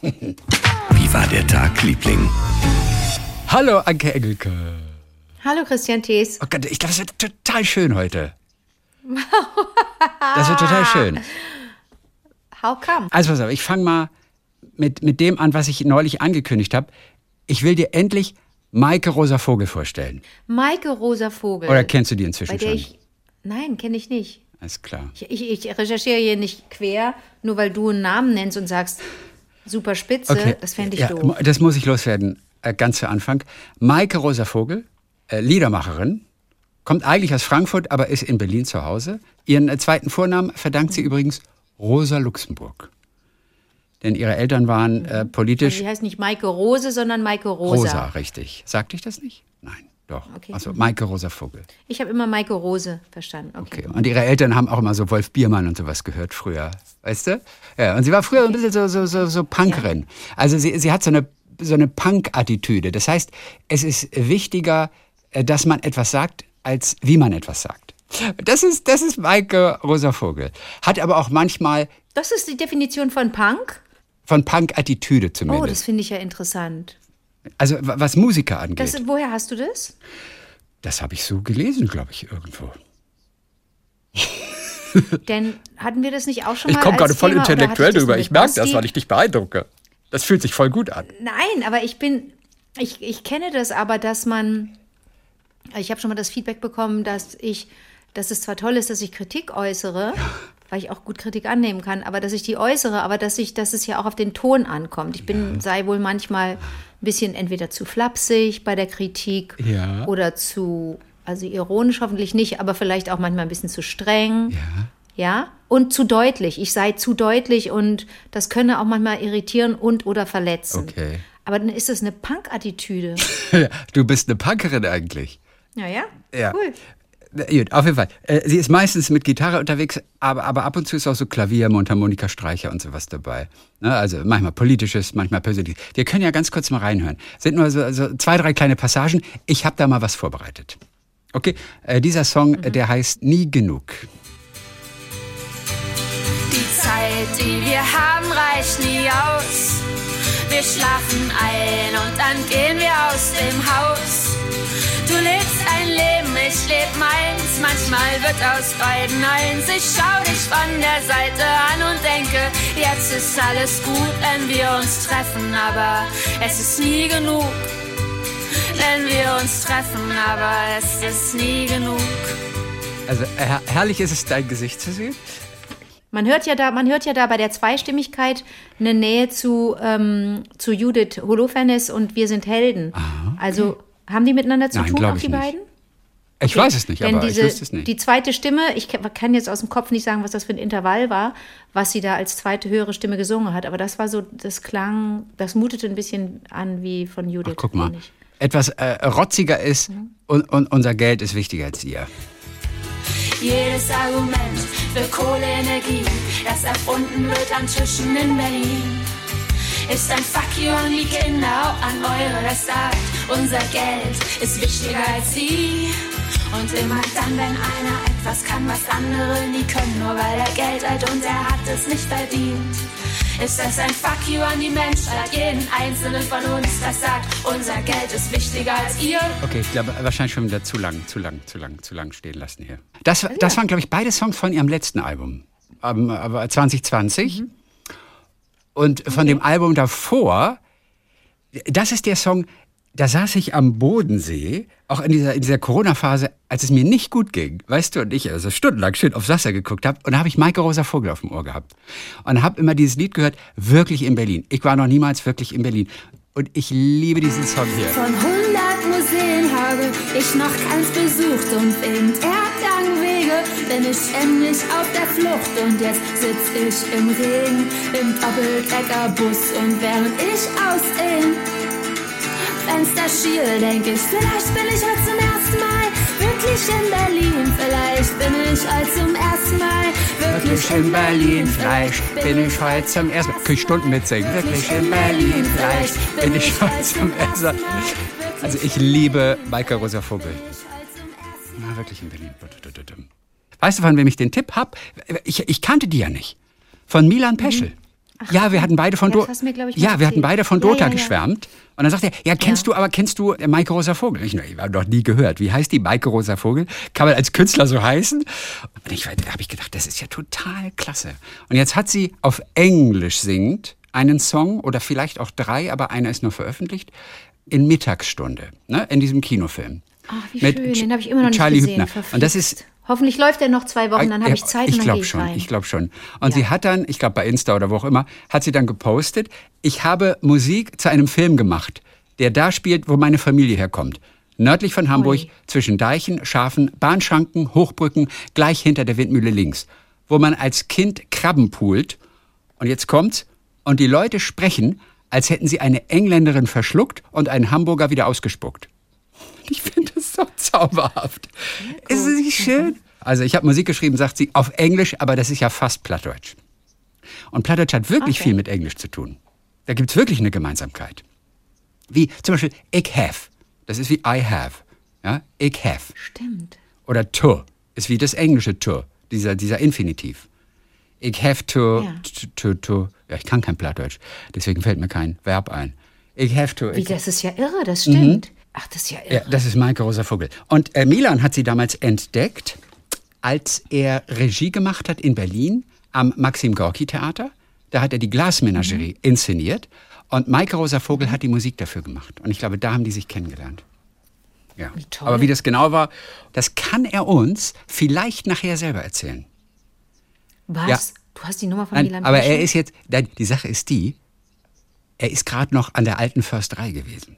Wie war der Tag, Liebling? Hallo, Anke Engelke. Hallo, Christian Thees. Oh Gott, ich glaube, das wird total schön heute. Das wird total schön. How come? Also pass auf, ich fange mal mit dem an, was ich neulich angekündigt habe. Ich will dir endlich Maike Rosa Vogel vorstellen. Maike Rosa Vogel. Oder kennst du die inzwischen schon? Nein, kenne ich nicht. Alles klar. Ich recherchiere hier nicht quer, nur weil du einen Namen nennst und sagst, super spitze, Okay. das fände ich doof. Das muss ich loswerden, ganz zu Anfang. Maike Rosa Vogel, Liedermacherin, kommt eigentlich aus Frankfurt, aber ist in Berlin zu Hause. Ihren zweiten Vornamen verdankt sie übrigens Rosa Luxemburg. Denn ihre Eltern waren politisch... Also die heißt nicht Maike Rose, sondern Maike Rosa. Rosa, richtig. Sagte ich das nicht? Nein, doch. Okay. Also Maike Rosa Vogel. Ich habe immer Maike Rose verstanden. Okay. Und ihre Eltern haben auch immer so Wolf Biermann und sowas gehört früher, weißt du? Ja, und sie war früher ein bisschen so Punkerin. Ja. Also sie hat so eine Punk-Attitüde. Das heißt, es ist wichtiger, dass man etwas sagt, als wie man etwas sagt. Das ist Maike Rosa Vogel. Hat aber auch manchmal... Das ist die Definition von Punk? Von Punk-Attitüde zumindest. Oh, das finde ich ja interessant. Also was Musiker angeht. Woher hast du das? Das habe ich so gelesen, glaube ich, irgendwo. Denn hatten wir das nicht auch schon mal? Ich komme gerade voll Thema, intellektuell drüber. Ich merke das, Basti? weil ich dich beeindrucke. Das fühlt sich voll gut an. Nein, aber ich kenne das aber, dass ich habe schon mal das Feedback bekommen, dass es zwar toll ist, dass ich Kritik äußere, weil ich auch gut Kritik annehmen kann, aber dass ich die äußere, aber dass es ja auch auf den Ton ankommt. Ich sei wohl manchmal ein bisschen entweder zu flapsig bei der Kritik oder also ironisch hoffentlich nicht, aber vielleicht auch manchmal ein bisschen zu streng. Ja? Und zu deutlich. Ich sei zu deutlich und das könne auch manchmal irritieren oder verletzen. Okay. Aber dann ist das eine Punk-Attitüde. Du bist eine Punkerin eigentlich. Ja. Cool. Gut, auf jeden Fall. Sie ist meistens mit Gitarre unterwegs, aber ab und zu ist auch so Klavier, Mundharmonika, Streicher und sowas dabei. Ne? Also manchmal Politisches, manchmal Persönliches. Wir können ja ganz kurz mal reinhören. Sind nur so 2, 3 kleine Passagen. Ich habe da mal was vorbereitet. Okay, dieser Song, der heißt Nie genug. Die Zeit, die wir haben, reicht nie aus. Wir schlafen ein und dann gehen wir aus dem Haus. Du lebst ein Leben, ich leb meins. Manchmal wird aus beiden eins. Ich schau dich von der Seite an und denke, jetzt ist alles gut, wenn wir uns treffen. Aber es ist nie genug, wenn wir uns treffen. Aber es ist nie genug. Also herrlich ist es, dein Gesicht zu sehen. Man hört ja da bei der Zweistimmigkeit eine Nähe zu Judith Holofernes und Wir sind Helden. Okay. Also haben die miteinander zu tun, auch die beiden? Ich weiß es nicht, aber ich wüsste es nicht. Die zweite Stimme, ich kann jetzt aus dem Kopf nicht sagen, was das für ein Intervall war, was sie da als zweite höhere Stimme gesungen hat. Aber das war so, das mutete ein bisschen an wie von Judith. Ach, guck mal, etwas rotziger ist und unser Geld ist wichtiger als ihr. Jedes Argument für Kohleenergie, das erfunden wird an Tischen in Berlin, ist ein Fuck you an die Kinder, auch an eure, das sagt, unser Geld ist wichtiger als sie. Und immer dann, wenn einer etwas kann, was andere nie können, nur weil er Geld hat und er hat es nicht verdient, ist das ein Fuck you an die Menschheit, jeden einzelnen von uns, das sagt, unser Geld ist wichtiger als ihr. Okay, ich glaube, wahrscheinlich schon wieder zu lang stehen lassen hier. Das waren, glaube ich, beide Songs von ihrem letzten Album, aber 2020. Und von dem Album davor, das ist der Song, da saß ich am Bodensee, auch in dieser Corona-Phase, als es mir nicht gut ging, weißt du, und ich also stundenlang schön aufs Wasser geguckt habe, und da habe ich Maike Rosa Vogel auf dem Ohr gehabt. Und habe immer dieses Lied gehört, wirklich in Berlin. Ich war noch niemals wirklich in Berlin. Und ich liebe diesen Song hier. Von 100 Museen habe ich noch keins besucht und wegen Erdgangwege bin ich ständig auf der Flucht. Und jetzt sitz ich im Regen im Doppeldeckerbus und während ich aus dem Fenster schiel, denk ich, vielleicht bin ich heute zum ersten Mal wirklich in Berlin. Vielleicht bin ich heute zum ersten Mal wirklich in Berlin. Vielleicht bin ich heute zum ersten Mal. Kann ich Stunden mitsingen. Wirklich in Berlin. Vielleicht bin ich heute zum ersten Mal. Also ich liebe Maike Rosa Vogel. Na, wirklich in Berlin. Weißt du, von wem ich den Tipp habe? Ich kannte die ja nicht. Von Milan Peschel. Ja, wir hatten beide von Ja, das hast du mir, glaub ich, mal Ja, wir hatten erzählt. beide von Ja, Dota ja, ja. geschwärmt. Und dann sagt er, ja, kennst du Maike Rosa Vogel? Ich habe noch nie gehört. Wie heißt die Maike Rosa Vogel? Kann man als Künstler so heißen? Und da habe ich gedacht, das ist ja total klasse. Und jetzt hat sie auf Englisch singend einen Song oder vielleicht auch 3, aber einer ist nur veröffentlicht, in Mittagsstunde, ne, in diesem Kinofilm. Ach, wie schön, den habe ich immer noch nicht Charlie gesehen. Hübner. Und das ist Hoffentlich läuft er noch 2 Wochen, dann habe ich Zeit und dann gehe ich rein. Ich glaube schon. Und sie hat dann, ich glaube bei Insta oder wo auch immer, hat sie dann gepostet, ich habe Musik zu einem Film gemacht, der da spielt, wo meine Familie herkommt. Nördlich von Hamburg, zwischen Deichen, Schafen, Bahnschranken, Hochbrücken, gleich hinter der Windmühle links. Wo man als Kind Krabben poolt. Und jetzt kommt's. Und die Leute sprechen, als hätten sie eine Engländerin verschluckt und einen Hamburger wieder ausgespuckt. Ich finde das so zauberhaft. Ist es nicht schön? Also ich habe Musik geschrieben, sagt sie, auf Englisch, aber das ist ja fast Plattdeutsch. Und Plattdeutsch hat wirklich viel mit Englisch zu tun. Da gibt es wirklich eine Gemeinsamkeit. Wie zum Beispiel ich have. Das ist wie I have. Ja? Ich have. Stimmt. Oder to ist wie das englische to, dieser Infinitiv. Ich have to. Ja, ich kann kein Plattdeutsch, deswegen fällt mir kein Verb ein. Ich have to. Wie, das ist ja irre, das stimmt. Ach, das ist ja irre. Ja, das ist Maike Rosa Vogel. Und Milan hat sie damals entdeckt, als er Regie gemacht hat in Berlin am Maxim Gorki Theater. Da hat er die Glasmenagerie inszeniert und Maike Rosa Vogel hat die Musik dafür gemacht. Und ich glaube, da haben die sich kennengelernt. Ja. Wie toll. Aber wie das genau war, das kann er uns vielleicht nachher selber erzählen. Was? Ja. Du hast die Nummer von Nein, Milan aber Peschel? er ist jetzt, die Sache ist die, er ist gerade noch an der alten Försterei gewesen.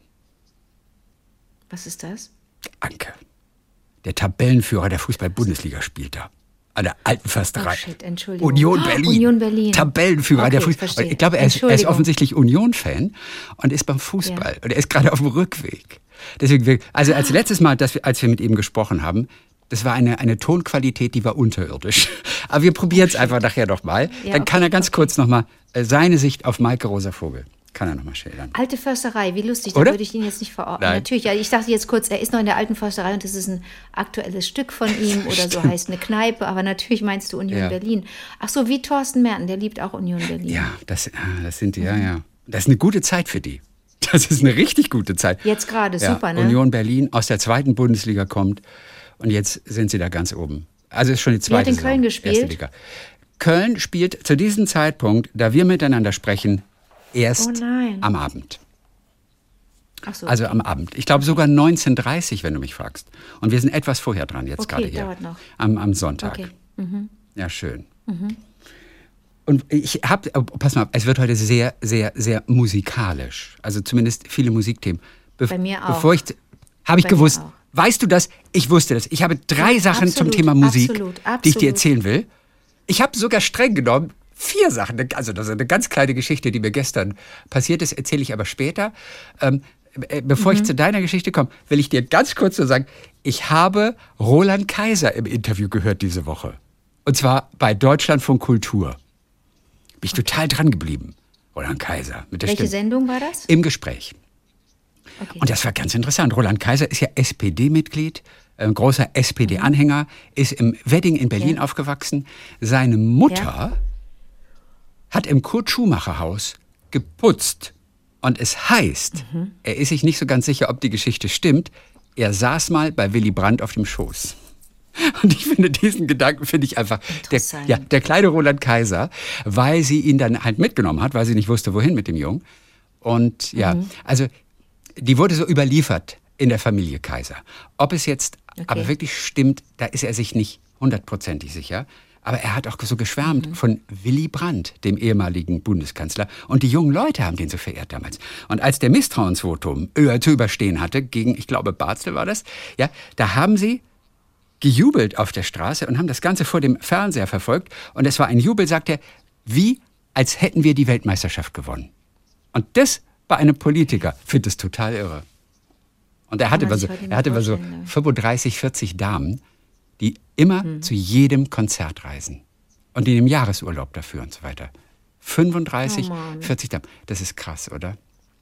Was ist das? Anke. Der Tabellenführer der Fußball-Bundesliga spielt da. An der alten Försterei. Oh shit, Entschuldigung. Union Berlin. Union Berlin. Tabellenführer Okay, der Fußball. verstehe. Ich glaube, er ist offensichtlich Union-Fan und ist beim Fußball. Ja. Und er ist gerade auf dem Rückweg. Deswegen, also als letztes Mal, als wir mit ihm gesprochen haben, das war eine Tonqualität, die war unterirdisch. Aber wir probieren es einfach nachher noch mal. Ja, Dann kann er ganz kurz noch mal seine Sicht auf Maike Rosa Vogel. Kann er noch mal schildern. Alte Försterei, wie lustig, da Oder? würde ich ihn jetzt nicht verorten. Nein. Natürlich, ja, ich dachte jetzt kurz, er ist noch in der alten Försterei und das ist ein aktuelles Stück von ihm oder so heißt eine Kneipe, aber natürlich meinst du Union Berlin. Ach so, wie Thorsten Merten, der liebt auch Union Berlin. Ja, das sind die, ja. Das ist eine gute Zeit für die. Das ist eine richtig gute Zeit. Jetzt gerade, super, ne? Union Berlin aus der 2. Bundesliga kommt und jetzt sind sie da ganz oben. Also ist schon die zweite Wer hat in Saison, Köln gespielt? erste Liga. Köln spielt zu diesem Zeitpunkt, da wir miteinander sprechen, erst am Abend. Ach so. Also am Abend. Ich glaube sogar 19:30, wenn du mich fragst. Und wir sind etwas vorher dran jetzt gerade hier. Dauert noch. Am Sonntag. Okay. Ja, schön. Und pass mal, es wird heute sehr, sehr, sehr musikalisch. Also zumindest viele Musikthemen. Bei mir auch. Habe ich Bei mir gewusst. auch. Weißt du das? Ich wusste das. Ich habe 3 Sachen zum absolut, Thema Musik, absolut. die ich dir erzählen will. Ich habe sogar streng genommen 4 Sachen. Also das ist eine ganz kleine Geschichte, die mir gestern passiert ist, erzähle ich aber später. Bevor ich zu deiner Geschichte komme, will ich dir ganz kurz so sagen, ich habe Roland Kaiser im Interview gehört diese Woche. Und zwar bei Deutschlandfunk Kultur. Bin ich total dran geblieben. Roland Kaiser mit der Welche Stimme. Sendung war das? Im Gespräch. Okay. Und das war ganz interessant. Roland Kaiser ist ja SPD-Mitglied, großer SPD-Anhänger, ist im Wedding in Berlin aufgewachsen. Seine Mutter hat im Kurt-Schumacher-Haus geputzt. Und es heißt, er ist sich nicht so ganz sicher, ob die Geschichte stimmt, er saß mal bei Willy Brandt auf dem Schoß. Und ich finde, diesen Gedanken finde ich einfach, der kleine Roland Kaiser, weil sie ihn dann halt mitgenommen hat, weil sie nicht wusste, wohin mit dem Jungen. Und also die wurde so überliefert in der Familie Kaiser. Ob es jetzt aber wirklich stimmt, da ist er sich nicht 100%ig sicher. Aber er hat auch so geschwärmt von Willy Brandt, dem ehemaligen Bundeskanzler. Und die jungen Leute haben den so verehrt damals. Und als der Misstrauensvotum zu überstehen hatte, gegen, ich glaube, Barzel war das, ja, da haben sie gejubelt auf der Straße und haben das Ganze vor dem Fernseher verfolgt. Und es war ein Jubel, sagt er, wie als hätten wir die Weltmeisterschaft gewonnen. Und das bei einem Politiker, finde ich total irre. Und er hatte immer so 35, 40 Damen, die immer zu jedem Konzert reisen. Und die nehmen Jahresurlaub dafür und so weiter. 35, 40 Damen. Das ist krass, oder?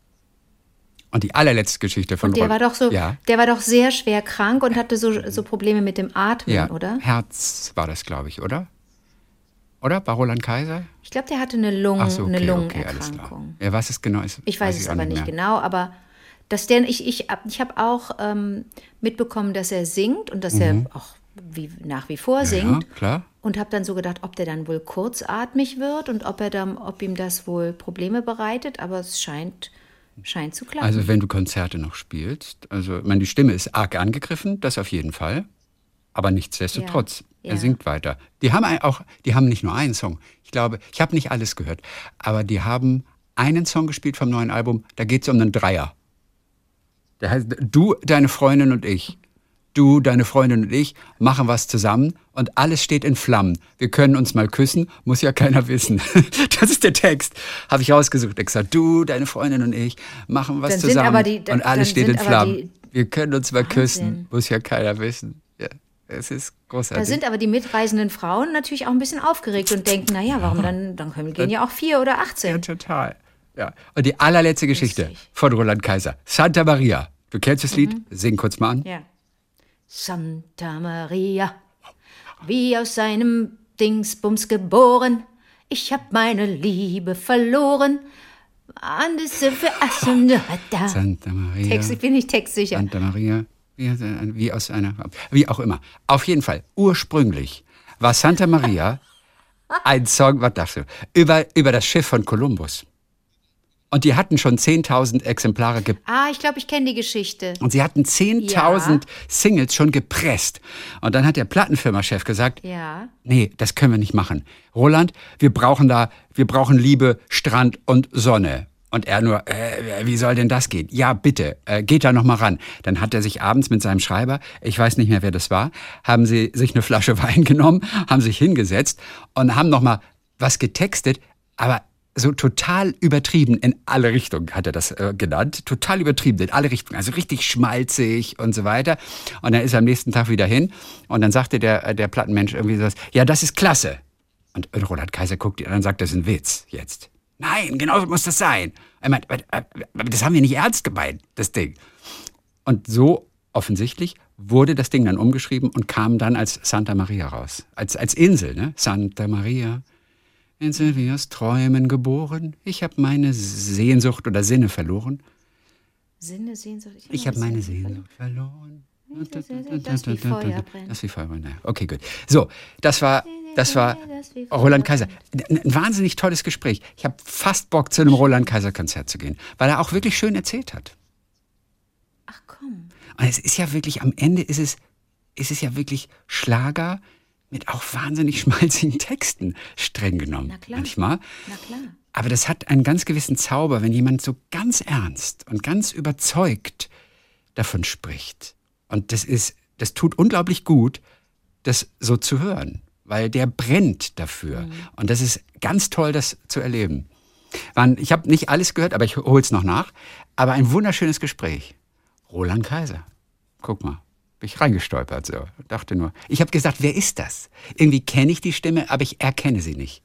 Und die allerletzte Geschichte von Roland. Der war doch sehr schwer krank und hatte so Probleme mit dem Atmen, oder? Herz war das, glaube ich, oder? Oder? Bei Roland Kaiser? Ich glaube, der hatte eine Ach so, okay, Lungenerkrankung. alles klar. Ja, was es genau ist, Ich weiß es auch aber nicht mehr. genau, aber ich habe auch mitbekommen, dass er singt und dass er auch nach wie vor singt. Ja, klar. Und habe dann so gedacht, ob der dann wohl kurzatmig wird und ob ihm das wohl Probleme bereitet, aber es scheint zu klappen. Also wenn du Konzerte noch spielst, also ich meine, die Stimme ist arg angegriffen, das auf jeden Fall, aber nichtsdestotrotz, er singt weiter. Die haben nicht nur einen Song. Ich glaube, ich habe nicht alles gehört, aber die haben einen Song gespielt vom neuen Album, da geht es um einen Dreier. Der heißt Du, deine Freundin und ich. Du, deine Freundin und ich machen was zusammen und alles steht in Flammen. Wir können uns mal küssen, muss ja keiner wissen. Das ist der Text. Habe ich rausgesucht. Ich gesagt, du, deine Freundin und ich machen was zusammen und alles steht in Flammen. Wir können uns mal küssen, muss ja keiner wissen. Ja, es ist großartig. Da sind aber die mitreisenden Frauen natürlich auch ein bisschen aufgeregt und denken, naja, warum gehen ja auch 4 oder 18. Ja, total. Ja. Und die allerletzte Geschichte von Roland Kaiser. Santa Maria. Du kennst das Lied? Sing kurz mal an. Ja. Santa Maria, wie aus einem Dingsbums geboren, ich hab meine Liebe verloren. Santa Maria. Ich bin nicht textsicher. Santa Maria, wie auch immer. Auf jeden Fall, ursprünglich war Santa Maria ein Song, was dachtest du, über das Schiff von Kolumbus. Und die hatten schon 10.000 Exemplare ich glaube, ich kenne die Geschichte. Und sie hatten 10.000 Singles schon gepresst. Und dann hat der Plattenfirma-Chef gesagt, nee, das können wir nicht machen. Roland, wir brauchen Liebe, Strand und Sonne. Und er nur, wie soll denn das gehen? Ja, bitte, geht da noch mal ran. Dann hat er sich abends mit seinem Schreiber, ich weiß nicht mehr, wer das war, haben sie sich eine Flasche Wein genommen, haben sich hingesetzt und haben noch mal was getextet, aber so total übertrieben in alle Richtungen, hat er das genannt. Total übertrieben in alle Richtungen. Also richtig schmalzig und so weiter. Und dann ist er am nächsten Tag wieder hin. Und dann sagte der Plattenmensch irgendwie so, ja, das ist klasse. Und Roland Kaiser guckt ihn an und sagt, das ist ein Witz jetzt. Nein, genau so muss das sein. Er meint, das haben wir nicht ernst gemeint, das Ding. Und so offensichtlich wurde das Ding dann umgeschrieben und kam dann als Santa Maria raus. Als Insel, ne? Santa Maria. Insel wie aus Träumen geboren. Ich habe meine Sehnsucht oder Sinne verloren. Sehnsucht? Ich habe meine Sehnsucht verloren. Das wie Feuer brennt. Das wie Feuer brennt. Okay, gut. So, das war Roland Kaiser. Ein wahnsinnig tolles Gespräch. Ich habe fast Bock, zu einem Roland Kaiser Konzert zu gehen, weil er auch wirklich schön erzählt hat. Ach komm. Und es ist ja wirklich, am Ende ist es ja wirklich Schlager mit auch wahnsinnig schmalzigen Texten, streng genommen. Na klar. Manchmal. Na klar. Aber das hat einen ganz gewissen Zauber, wenn jemand so ganz ernst und ganz überzeugt davon spricht. Und das tut unglaublich gut, das so zu hören, weil der brennt dafür. Mhm. Und das ist ganz toll, das zu erleben. Ich habe nicht alles gehört, aber ich hole es noch nach. Aber ein wunderschönes Gespräch. Roland Kaiser. Guck mal. Bin ich reingestolpert so. Dachte nur. Ich habe gesagt, wer ist das? Irgendwie kenne ich die Stimme, aber ich erkenne sie nicht.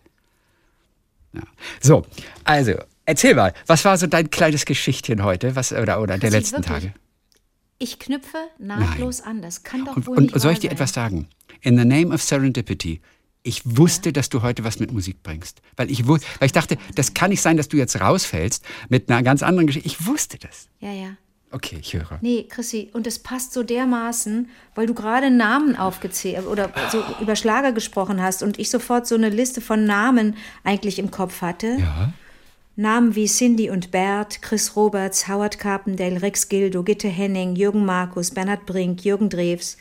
Ja. So, also, erzähl mal, was war so dein kleines Geschichtchen heute oder der letzten Tage? Ich knüpfe nahtlos an. Das kann doch wohl nicht wahr sein. Und soll ich dir etwas sagen? In the name of serendipity. Ich wusste, dass du heute was mit Musik bringst. Weil ich dachte, das kann nicht sein, dass du jetzt rausfällst mit einer ganz anderen Geschichte. Ich wusste das. Ja. Okay, ich höre. Nee, Chrissy, und es passt so dermaßen, weil du gerade Namen aufgezählt oder so über Schlager gesprochen hast und ich sofort so eine Liste von Namen eigentlich im Kopf hatte. Ja. Namen wie Cindy und Bert, Chris Roberts, Howard Carpendale, Rex Gildo, Gitte Henning, Jürgen Markus, Bernhard Brink, Jürgen Drews.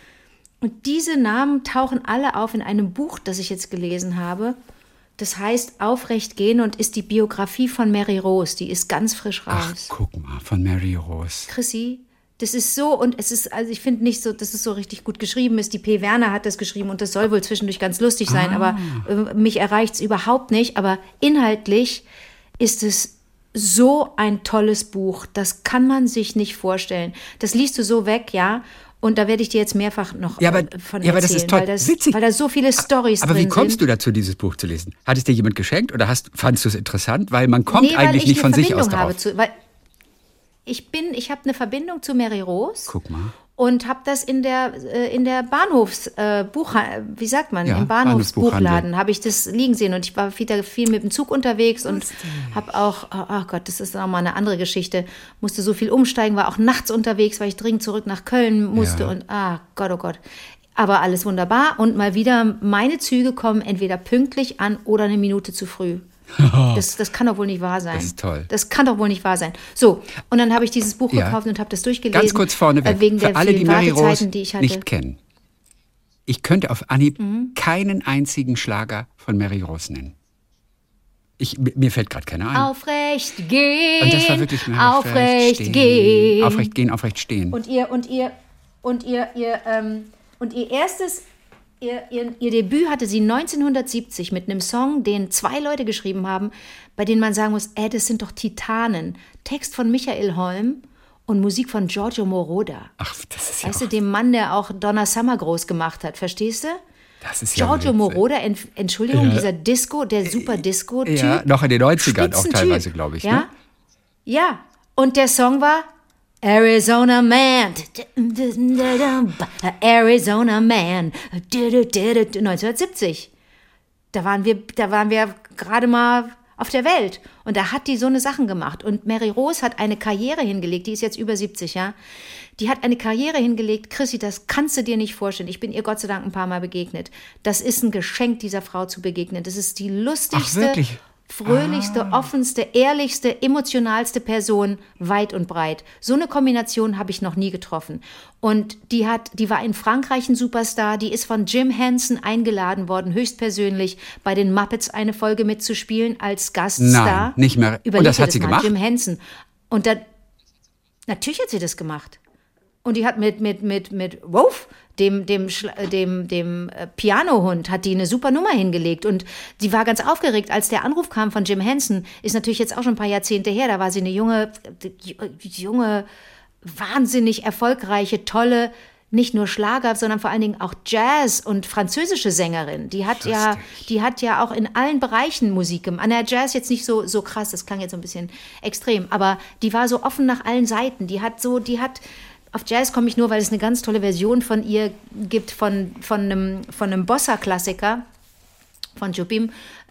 Und diese Namen tauchen alle auf in einem Buch, das ich jetzt gelesen habe. Das heißt Aufrecht gehen und ist die Biografie von Mary Rose. Die ist ganz frisch raus. Ach, guck mal, von Mary Rose. Chrissy, das ist so, und es ist, also ich finde nicht so, dass es so richtig gut geschrieben ist. Die P. Werner hat das geschrieben und das soll wohl zwischendurch ganz lustig sein, aber mich erreicht es überhaupt nicht. Aber inhaltlich ist es so ein tolles Buch. Das kann man sich nicht vorstellen. Das liest du so weg, ja. Und da werde ich dir jetzt mehrfach noch von erzählen, aber das ist toll. Weil da so viele Storys drin sind. Aber wie kommst du dazu, dieses Buch zu lesen? Hat es dir jemand geschenkt oder fandest du es interessant? Weil man kommt eigentlich nicht von sich aus drauf. Ich habe eine Verbindung zu Mary Rose. Guck mal. und habe das in der wie sagt man, Ja, im Bahnhofsbuchhandel. Bahnhofsbuchladen habe ich das liegen sehen und ich war wieder viel mit dem Zug unterwegs und habe auch, ach Gott, das ist nochmal eine andere Geschichte, musste so viel umsteigen, war auch nachts unterwegs, weil ich dringend zurück nach Köln musste Ja. und Gott, oh Gott. Aber alles wunderbar und mal wieder, meine Züge kommen entweder pünktlich an oder eine Minute zu früh. Das kann doch wohl nicht wahr sein. Das ist toll. Das kann doch wohl nicht wahr sein. So, und dann habe ich dieses Buch Ja. gekauft und habe das durchgelesen. Ganz kurz vorneweg, wegen für der alle, die vielen Mary Rose Wartezeiten, die ich hatte. nicht kennen. Ich könnte auf Anhieb keinen einzigen Schlager von Mary Rose nennen. Mir fällt gerade keiner ein. Aufrecht gehen. Und das war wirklich Mary Aufrecht stehen. gehen. Aufrecht gehen, aufrecht stehen. Und ihr Debüt hatte sie 1970 mit einem Song, den 2 Leute geschrieben haben, bei denen man sagen muss, das sind doch Titanen. Text von Michael Holm und Musik von Giorgio Moroder. Ach, das ist ja Weißt du, dem Mann, der auch Donna Summer groß gemacht hat, verstehst du? Das ist ja Giorgio witzig. Moroder, Entschuldigung, dieser der super Disco-Typ. Ja, noch in den 90ern auch Spitzentyp. teilweise, glaube ich. Ja? Ne? Ja, und der Song war Arizona Man. Arizona Man. 1970. Da waren wir gerade mal auf der Welt. Und da hat die so eine Sachen gemacht. Und Mary Rose hat eine Karriere hingelegt, die ist jetzt über 70, ja. Die hat eine Karriere hingelegt, Chrissy, das kannst du dir nicht vorstellen. Ich bin ihr Gott sei Dank ein paar Mal begegnet. Das ist ein Geschenk, dieser Frau zu begegnen. Das ist die lustigste, wirklich? fröhlichste, offenste, ehrlichste, emotionalste Person weit und breit. So eine Kombination habe ich noch nie getroffen. Und die war in Frankreich ein Superstar, die ist von Jim Henson eingeladen worden, höchstpersönlich bei den Muppets eine Folge mitzuspielen als Gaststar. Nein, nicht mehr. Überleg Und das dir hat sie mal, gemacht? Jim Henson. Und natürlich hat sie das gemacht. Und die hat mit Wolf, dem Pianohund, hat die eine super Nummer hingelegt. Und sie war ganz aufgeregt, als der Anruf kam von Jim Henson. Ist natürlich jetzt auch schon ein paar Jahrzehnte her. Da war sie eine junge, wahnsinnig erfolgreiche, tolle, nicht nur Schlager, sondern vor allen Dingen auch Jazz und französische Sängerin. Die hat ja auch in allen Bereichen Musik gemacht. Jazz jetzt nicht so krass, das klang jetzt so ein bisschen extrem, aber die war so offen nach allen Seiten. Auf Jazz komme ich nur, weil es eine ganz tolle Version von ihr gibt, von einem Bossa-Klassiker, von Jobim,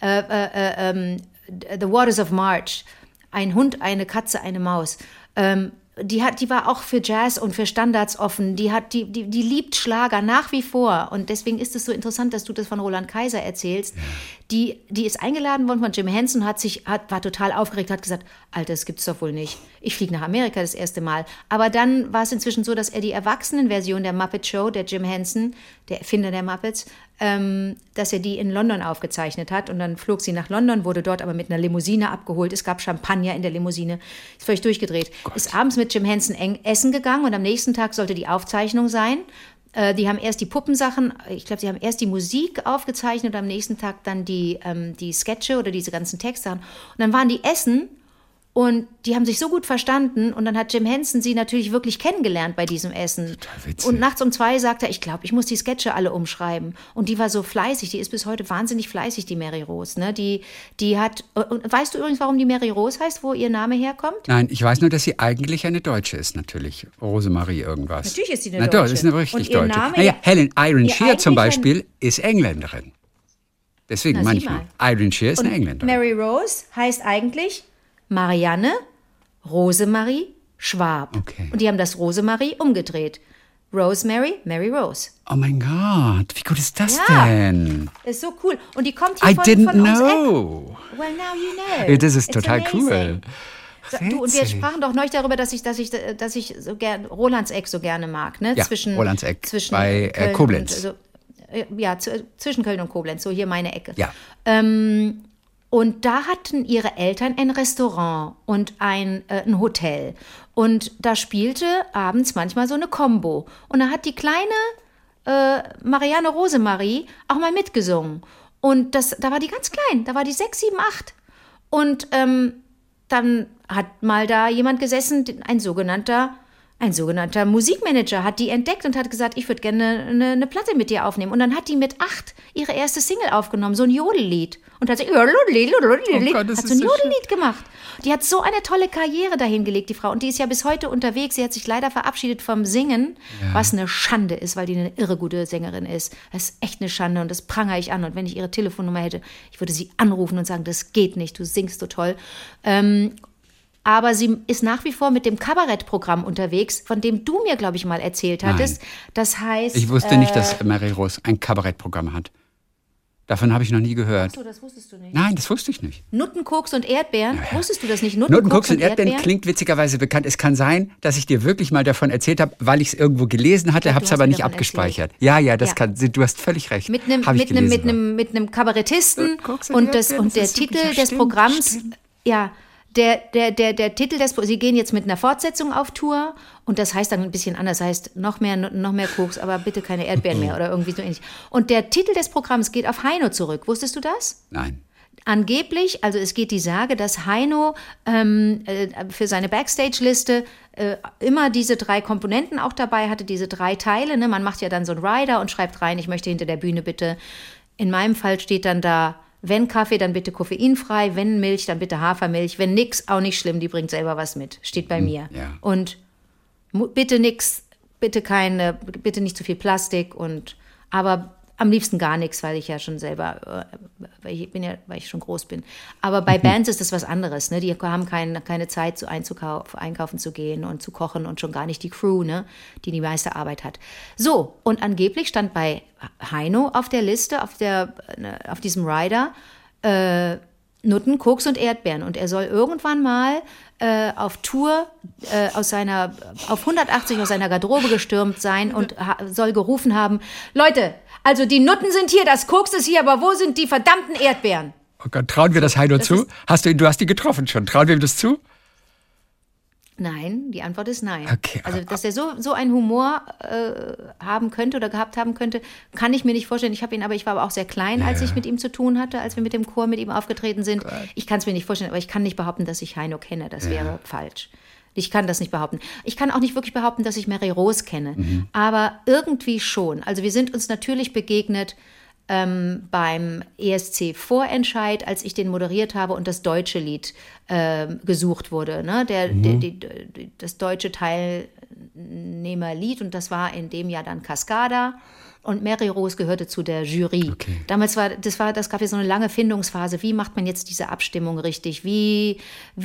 The Waters of March. Ein Hund, eine Katze, eine Maus. Die war auch für Jazz und für Standards offen. Die liebt Schlager nach wie vor. Und deswegen ist es so interessant, dass du das von Roland Kaiser erzählst. Ja. Die ist eingeladen worden von Jim Henson, war total aufgeregt, hat gesagt, Alter, das gibt's doch wohl nicht. Ich fliege nach Amerika das erste Mal. Aber dann war es inzwischen so, dass er die Erwachsenenversion der Muppet Show, der Jim Henson, der Erfinder der Muppets, dass er die in London aufgezeichnet hat. Und dann flog sie nach London, wurde dort aber mit einer Limousine abgeholt. Es gab Champagner in der Limousine. Ist völlig durchgedreht. Gott. Ist abends mit Jim Henson essen gegangen und am nächsten Tag sollte die Aufzeichnung sein. Die haben erst die Puppensachen, ich glaube, sie haben erst die Musik aufgezeichnet und am nächsten Tag dann die Sketche oder diese ganzen Texte. Und dann waren die essen und die haben sich so gut verstanden und dann hat Jim Henson sie natürlich wirklich kennengelernt bei diesem Essen. Total witzig. Und nachts um 2 sagte er, ich glaube, ich muss die Sketche alle umschreiben. Und die war so fleißig, die ist bis heute wahnsinnig fleißig, die Mary Rose. Ne? Die hat, und weißt du übrigens, warum die Mary Rose heißt, wo ihr Name herkommt? Nein, ich weiß nur, dass sie eigentlich eine Deutsche ist, natürlich. Rosemarie irgendwas. Natürlich ist sie eine Na Deutsche. Doch, ist eine richtig Und ihr Deutsche. Name- Naja, Helen Iron ihr Shear zum eigentlicher- Beispiel ist Engländerin. Deswegen Na, sieh manchmal. Iron Shear ist eine Engländerin. Mary Rose heißt eigentlich Marianne Rosemarie Schwab. Okay. Und die haben das Rosemarie umgedreht. Rosemary, Mary Rose. Oh mein Gott, wie gut ist das Ja. denn? Ist so cool. Und die kommt hier I didn't von ums Eck. know. Well, now you know. Das ist It's total amazing. cool. So, du, und wir Witzig. sprachen doch neulich darüber, dass ich so gern Rolands Eck so gerne mag, ne? Ja, Rolands Eck bei Köln Koblenz. Und, zwischen Köln und Koblenz, so hier meine Ecke. Ja. Und da hatten ihre Eltern ein Restaurant und ein Hotel. Und da spielte abends manchmal so eine Combo. Und da hat die kleine Marianne Rosemarie auch mal mitgesungen. Und da war die ganz klein, da war die 6, 7, 8. Und dann hat mal da jemand gesessen, ein sogenannter Ein sogenannter Musikmanager hat die entdeckt und hat gesagt, ich würde gerne eine Platte mit dir aufnehmen. Und dann hat die mit 8 ihre erste Single aufgenommen, so ein Jodellied. Und hat so ein Jodellied gemacht. Die hat so eine tolle Karriere dahingelegt, die Frau. Und die ist ja bis heute unterwegs. Sie hat sich leider verabschiedet vom Singen, was eine Schande ist, weil die eine irre gute Sängerin ist. Das ist echt eine Schande und das prangere ich an. Und wenn ich ihre Telefonnummer hätte, ich würde sie anrufen und sagen, das geht nicht, du singst so toll. Aber sie ist nach wie vor mit dem Kabarettprogramm unterwegs, von dem du mir, glaube ich, mal erzählt hattest. Nein. Das heißt... Ich wusste nicht, dass Mary Rose ein Kabarettprogramm hat. Davon habe ich noch nie gehört. Ach so, das wusstest du nicht. Nein, das wusste ich nicht. Nutten, Koks und Erdbeeren? Ja. Wusstest du das nicht? Nutten, Koks und Erdbeeren klingt witzigerweise bekannt. Es kann sein, dass ich dir wirklich mal davon erzählt habe, weil ich es irgendwo gelesen hatte, habe es aber nicht abgespeichert. Ja, das kann. Du hast völlig recht. Mit einem Kabarettisten und der Titel des Programms. Ja. Der Titel sie gehen jetzt mit einer Fortsetzung auf Tour und das heißt dann ein bisschen anders, heißt noch mehr Koks, aber bitte keine Erdbeeren mehr oder irgendwie so ähnlich. Und der Titel des Programms geht auf Heino zurück. Wusstest du das? Nein. Angeblich, also es geht die Sage, dass Heino für seine Backstage-Liste immer diese 3 Komponenten auch dabei hatte, diese 3 Teile. Ne? Man macht ja dann so einen Rider und schreibt rein, ich möchte hinter der Bühne bitte. In meinem Fall steht dann da, wenn Kaffee, dann bitte koffeinfrei, wenn Milch, dann bitte Hafermilch, wenn nix, auch nicht schlimm, die bringt selber was mit, steht bei mir. Ja. Und bitte nix, bitte nicht zu viel Plastik aber am liebsten gar nichts, weil ich ja schon selber, weil ich schon groß bin. Aber bei Bands ist das was anderes, ne? Die haben keine Zeit, einkaufen zu gehen und zu kochen und schon gar nicht die Crew, ne? Die meiste Arbeit hat. So, und angeblich stand bei Heino auf der Liste, auf diesem Rider, Nutten, Koks und Erdbeeren. Und er soll irgendwann mal auf Tour auf 180 aus seiner Garderobe gestürmt sein und soll gerufen haben, Leute, also die Nutten sind hier, das Koks ist hier, aber wo sind die verdammten Erdbeeren? Oh Gott, trauen wir das Heino zu? Du hast die getroffen schon. Trauen wir ihm das zu? Nein, die Antwort ist nein. Okay. Also, dass er so einen Humor haben könnte oder gehabt haben könnte, kann ich mir nicht vorstellen. Ich war aber auch sehr klein, als ich mit ihm zu tun hatte, als wir mit dem Chor mit ihm aufgetreten sind. Gott. Ich kann es mir nicht vorstellen, aber ich kann nicht behaupten, dass ich Heino kenne. Das wäre falsch. Ich kann das nicht behaupten. Ich kann auch nicht wirklich behaupten, dass ich Mary Rose kenne. Aber irgendwie schon. Also wir sind uns natürlich begegnet beim ESC-Vorentscheid, als ich den moderiert habe und das deutsche Lied gesucht wurde. Ne? Das deutsche Teilnehmerlied, und das war in dem Jahr dann Cascada. Und Mary Rose gehörte zu der Jury. Okay. Damals gab ja so eine lange Findungsphase. Wie macht man jetzt diese Abstimmung richtig? Wie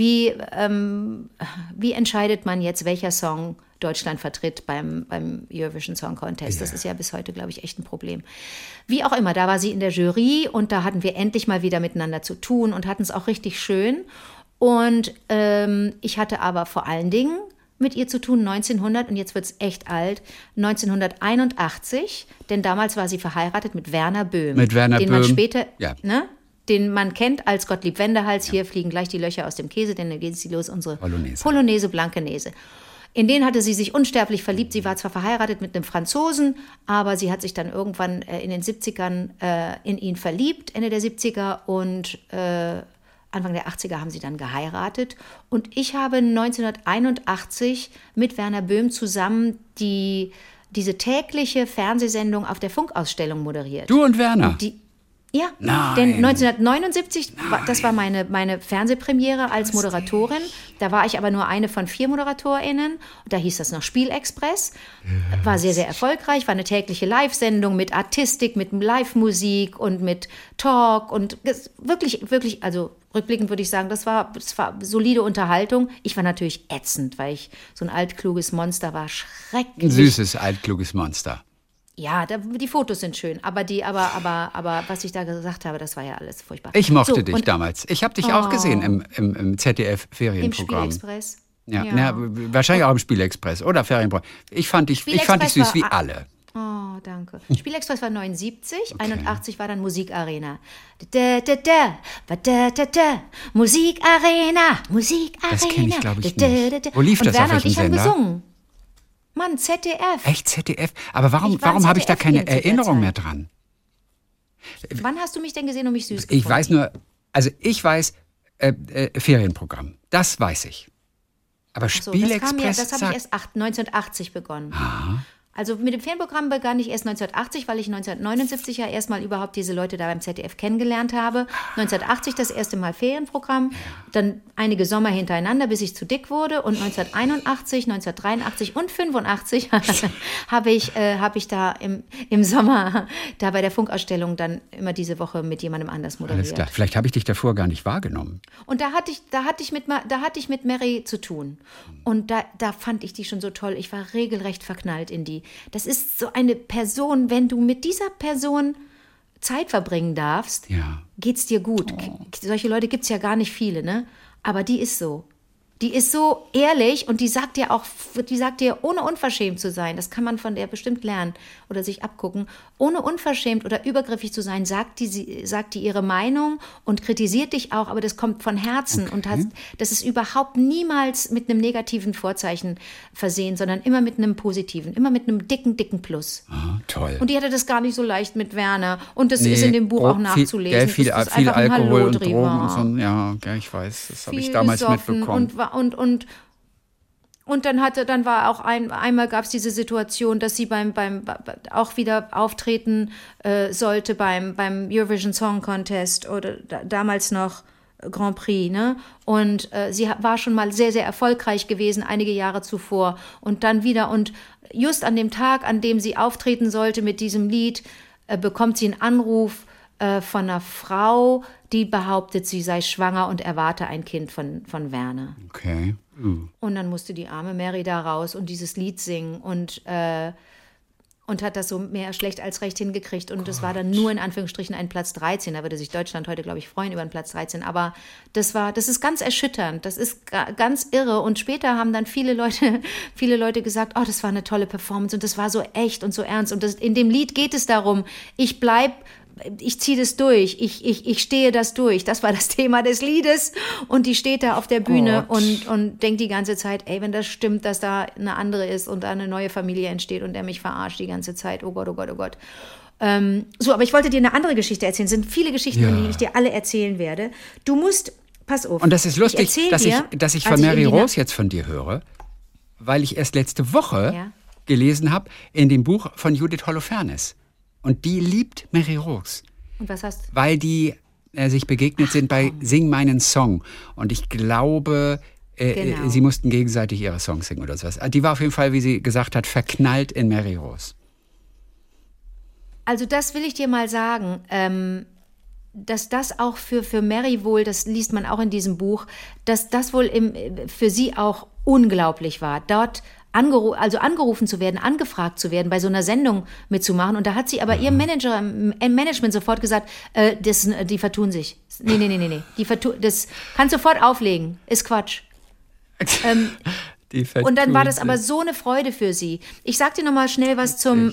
entscheidet man jetzt, welcher Song Deutschland vertritt beim Eurovision Song Contest? Das ist ja bis heute, glaube ich, echt ein Problem. Wie auch immer, da war sie in der Jury und da hatten wir endlich mal wieder miteinander zu tun und hatten es auch richtig schön. Und ich hatte aber vor allen Dingen mit ihr zu tun 1900, und jetzt wird es echt alt, 1981, denn damals war sie verheiratet mit Werner Böhm. Den man später, den man kennt als Gottlieb Wendehals. Hier fliegen gleich die Löcher aus dem Käse, denn dann geht sie los, unsere Polonaise Blankenese. In den hatte sie sich unsterblich verliebt. Sie war zwar verheiratet mit einem Franzosen, aber sie hat sich dann irgendwann in den 70ern in ihn verliebt, Ende der 70er, und Anfang der 80er haben sie dann geheiratet. Und ich habe 1981 mit Werner Böhm zusammen diese tägliche Fernsehsendung auf der Funkausstellung moderiert. Du und Werner? Ja, denn 1979, das war meine Fernsehpremiere als Moderatorin. Da war ich aber nur eine von 4 ModeratorInnen. Und da hieß das noch Spielexpress. War sehr, sehr erfolgreich. War eine tägliche Live-Sendung mit Artistik, mit Live-Musik und mit Talk. Und wirklich, wirklich, also rückblickend würde ich sagen, das war solide Unterhaltung. Ich war natürlich ätzend, weil ich so ein altkluges Monster war. Schrecklich. Ein süßes, altkluges Monster. Ja, die Fotos sind schön, aber was ich da gesagt habe, das war ja alles furchtbar. Ich mochte dich damals. Ich habe dich auch gesehen im ZDF-Ferienprogramm. Im Spielexpress? Ja. Wahrscheinlich auch im Spielexpress oder Ferienprogramm. Ich fand dich süß wie alle. Oh, danke. Spielexpress war 79, 81 war dann Musikarena. Musikarena. Das kenne ich, glaube ich, nicht. Wo lief das, auf welchem Sender? Gesungen. Mann, ZDF. Echt, ZDF? Aber warum habe ich da keine Erinnerung mehr dran? Wann hast du mich denn gesehen und mich süß gefunden? Ich weiß Ferienprogramm. Das weiß ich. Aber Das Spielexpress habe ich erst 1980 begonnen. Aha. Also mit dem Fernprogramm begann ich erst 1980, weil ich 1979 ja erstmal überhaupt diese Leute da beim ZDF kennengelernt habe. 1980 das erste Mal Ferienprogramm, dann einige Sommer hintereinander, bis ich zu dick wurde. Und 1981, 1983 und 85 habe ich da im Sommer da bei der Funkausstellung dann immer diese Woche mit jemandem anders moderiert. Alles klar. Vielleicht habe ich dich davor gar nicht wahrgenommen. Und da hatte ich mit Mary zu tun. Und da fand ich die schon so toll. Ich war regelrecht verknallt in die. Das ist so eine Person, wenn du mit dieser Person Zeit verbringen darfst, geht's dir gut. Solche Leute gibt's ja gar nicht viele, ne? Aber die ist so. Die ist so ehrlich und die sagt dir, ohne unverschämt zu sein, das kann man von der bestimmt lernen oder sich abgucken, ohne unverschämt oder übergriffig zu sein, sagt die ihre Meinung und kritisiert dich auch, aber das kommt von Herzen und das ist überhaupt niemals mit einem negativen Vorzeichen versehen, sondern immer mit einem positiven, immer mit einem dicken Plus. Ah, toll. Und die hatte das gar nicht so leicht mit Werner und das ist in dem Buch auch nachzulesen. Viel das ist Alkohol ein und Hallodri Drogen war. und so. Ja, ich weiß, das habe ich Viel damals gesoffen mitbekommen. Und dann war auch einmal gab es diese Situation, dass sie beim auch wieder auftreten sollte beim Eurovision Song Contest oder damals noch Grand Prix, ne? Und sie war schon mal sehr, sehr erfolgreich gewesen, einige Jahre zuvor. Und dann wieder, und just an dem Tag, an dem sie auftreten sollte mit diesem Lied, bekommt sie einen Anruf von einer Frau, die behauptet, sie sei schwanger und erwarte ein Kind von Werner. Okay. Und dann musste die arme Mary da raus und dieses Lied singen und hat das so mehr schlecht als recht hingekriegt. Und das war dann nur in Anführungsstrichen ein Platz 13. Da würde sich Deutschland heute, glaube ich, freuen über einen Platz 13. Aber das ist ganz erschütternd. Das ist ganz irre. Und später haben dann viele Leute gesagt, oh, das war eine tolle Performance und das war so echt und so ernst. Und in dem Lied geht es darum, ich ziehe das durch, ich stehe das durch. Das war das Thema des Liedes. Und die steht da auf der Bühne und denkt die ganze Zeit, ey, wenn das stimmt, dass da eine andere ist und da eine neue Familie entsteht und der mich verarscht die ganze Zeit. Oh Gott, oh Gott, oh Gott. Aber ich wollte dir eine andere Geschichte erzählen. Es sind viele Geschichten, die ich dir alle erzählen werde. Du musst, pass auf. Und das ist lustig, dass ich von Mary Rose jetzt von dir höre, weil ich erst letzte Woche gelesen habe in dem Buch von Judith Holofernes. Und die liebt Mary Rose. Und was hast du? Weil die sich begegnet sind bei Sing meinen Song. Und ich glaube, sie mussten gegenseitig ihre Songs singen oder sowas. Die war auf jeden Fall, wie sie gesagt hat, verknallt in Mary Rose. Also das will ich dir mal sagen, dass das auch für Mary wohl, das liest man auch in diesem Buch, dass das wohl für sie auch unglaublich war. Dort angerufen zu werden, angefragt zu werden, bei so einer Sendung mitzumachen. Und da hat sie aber ihrem Manager im Management sofort gesagt, die vertun sich. Nee. Das kannst sofort auflegen. Ist Quatsch. Und dann war das aber so eine Freude für sie. Ich sag dir noch mal schnell was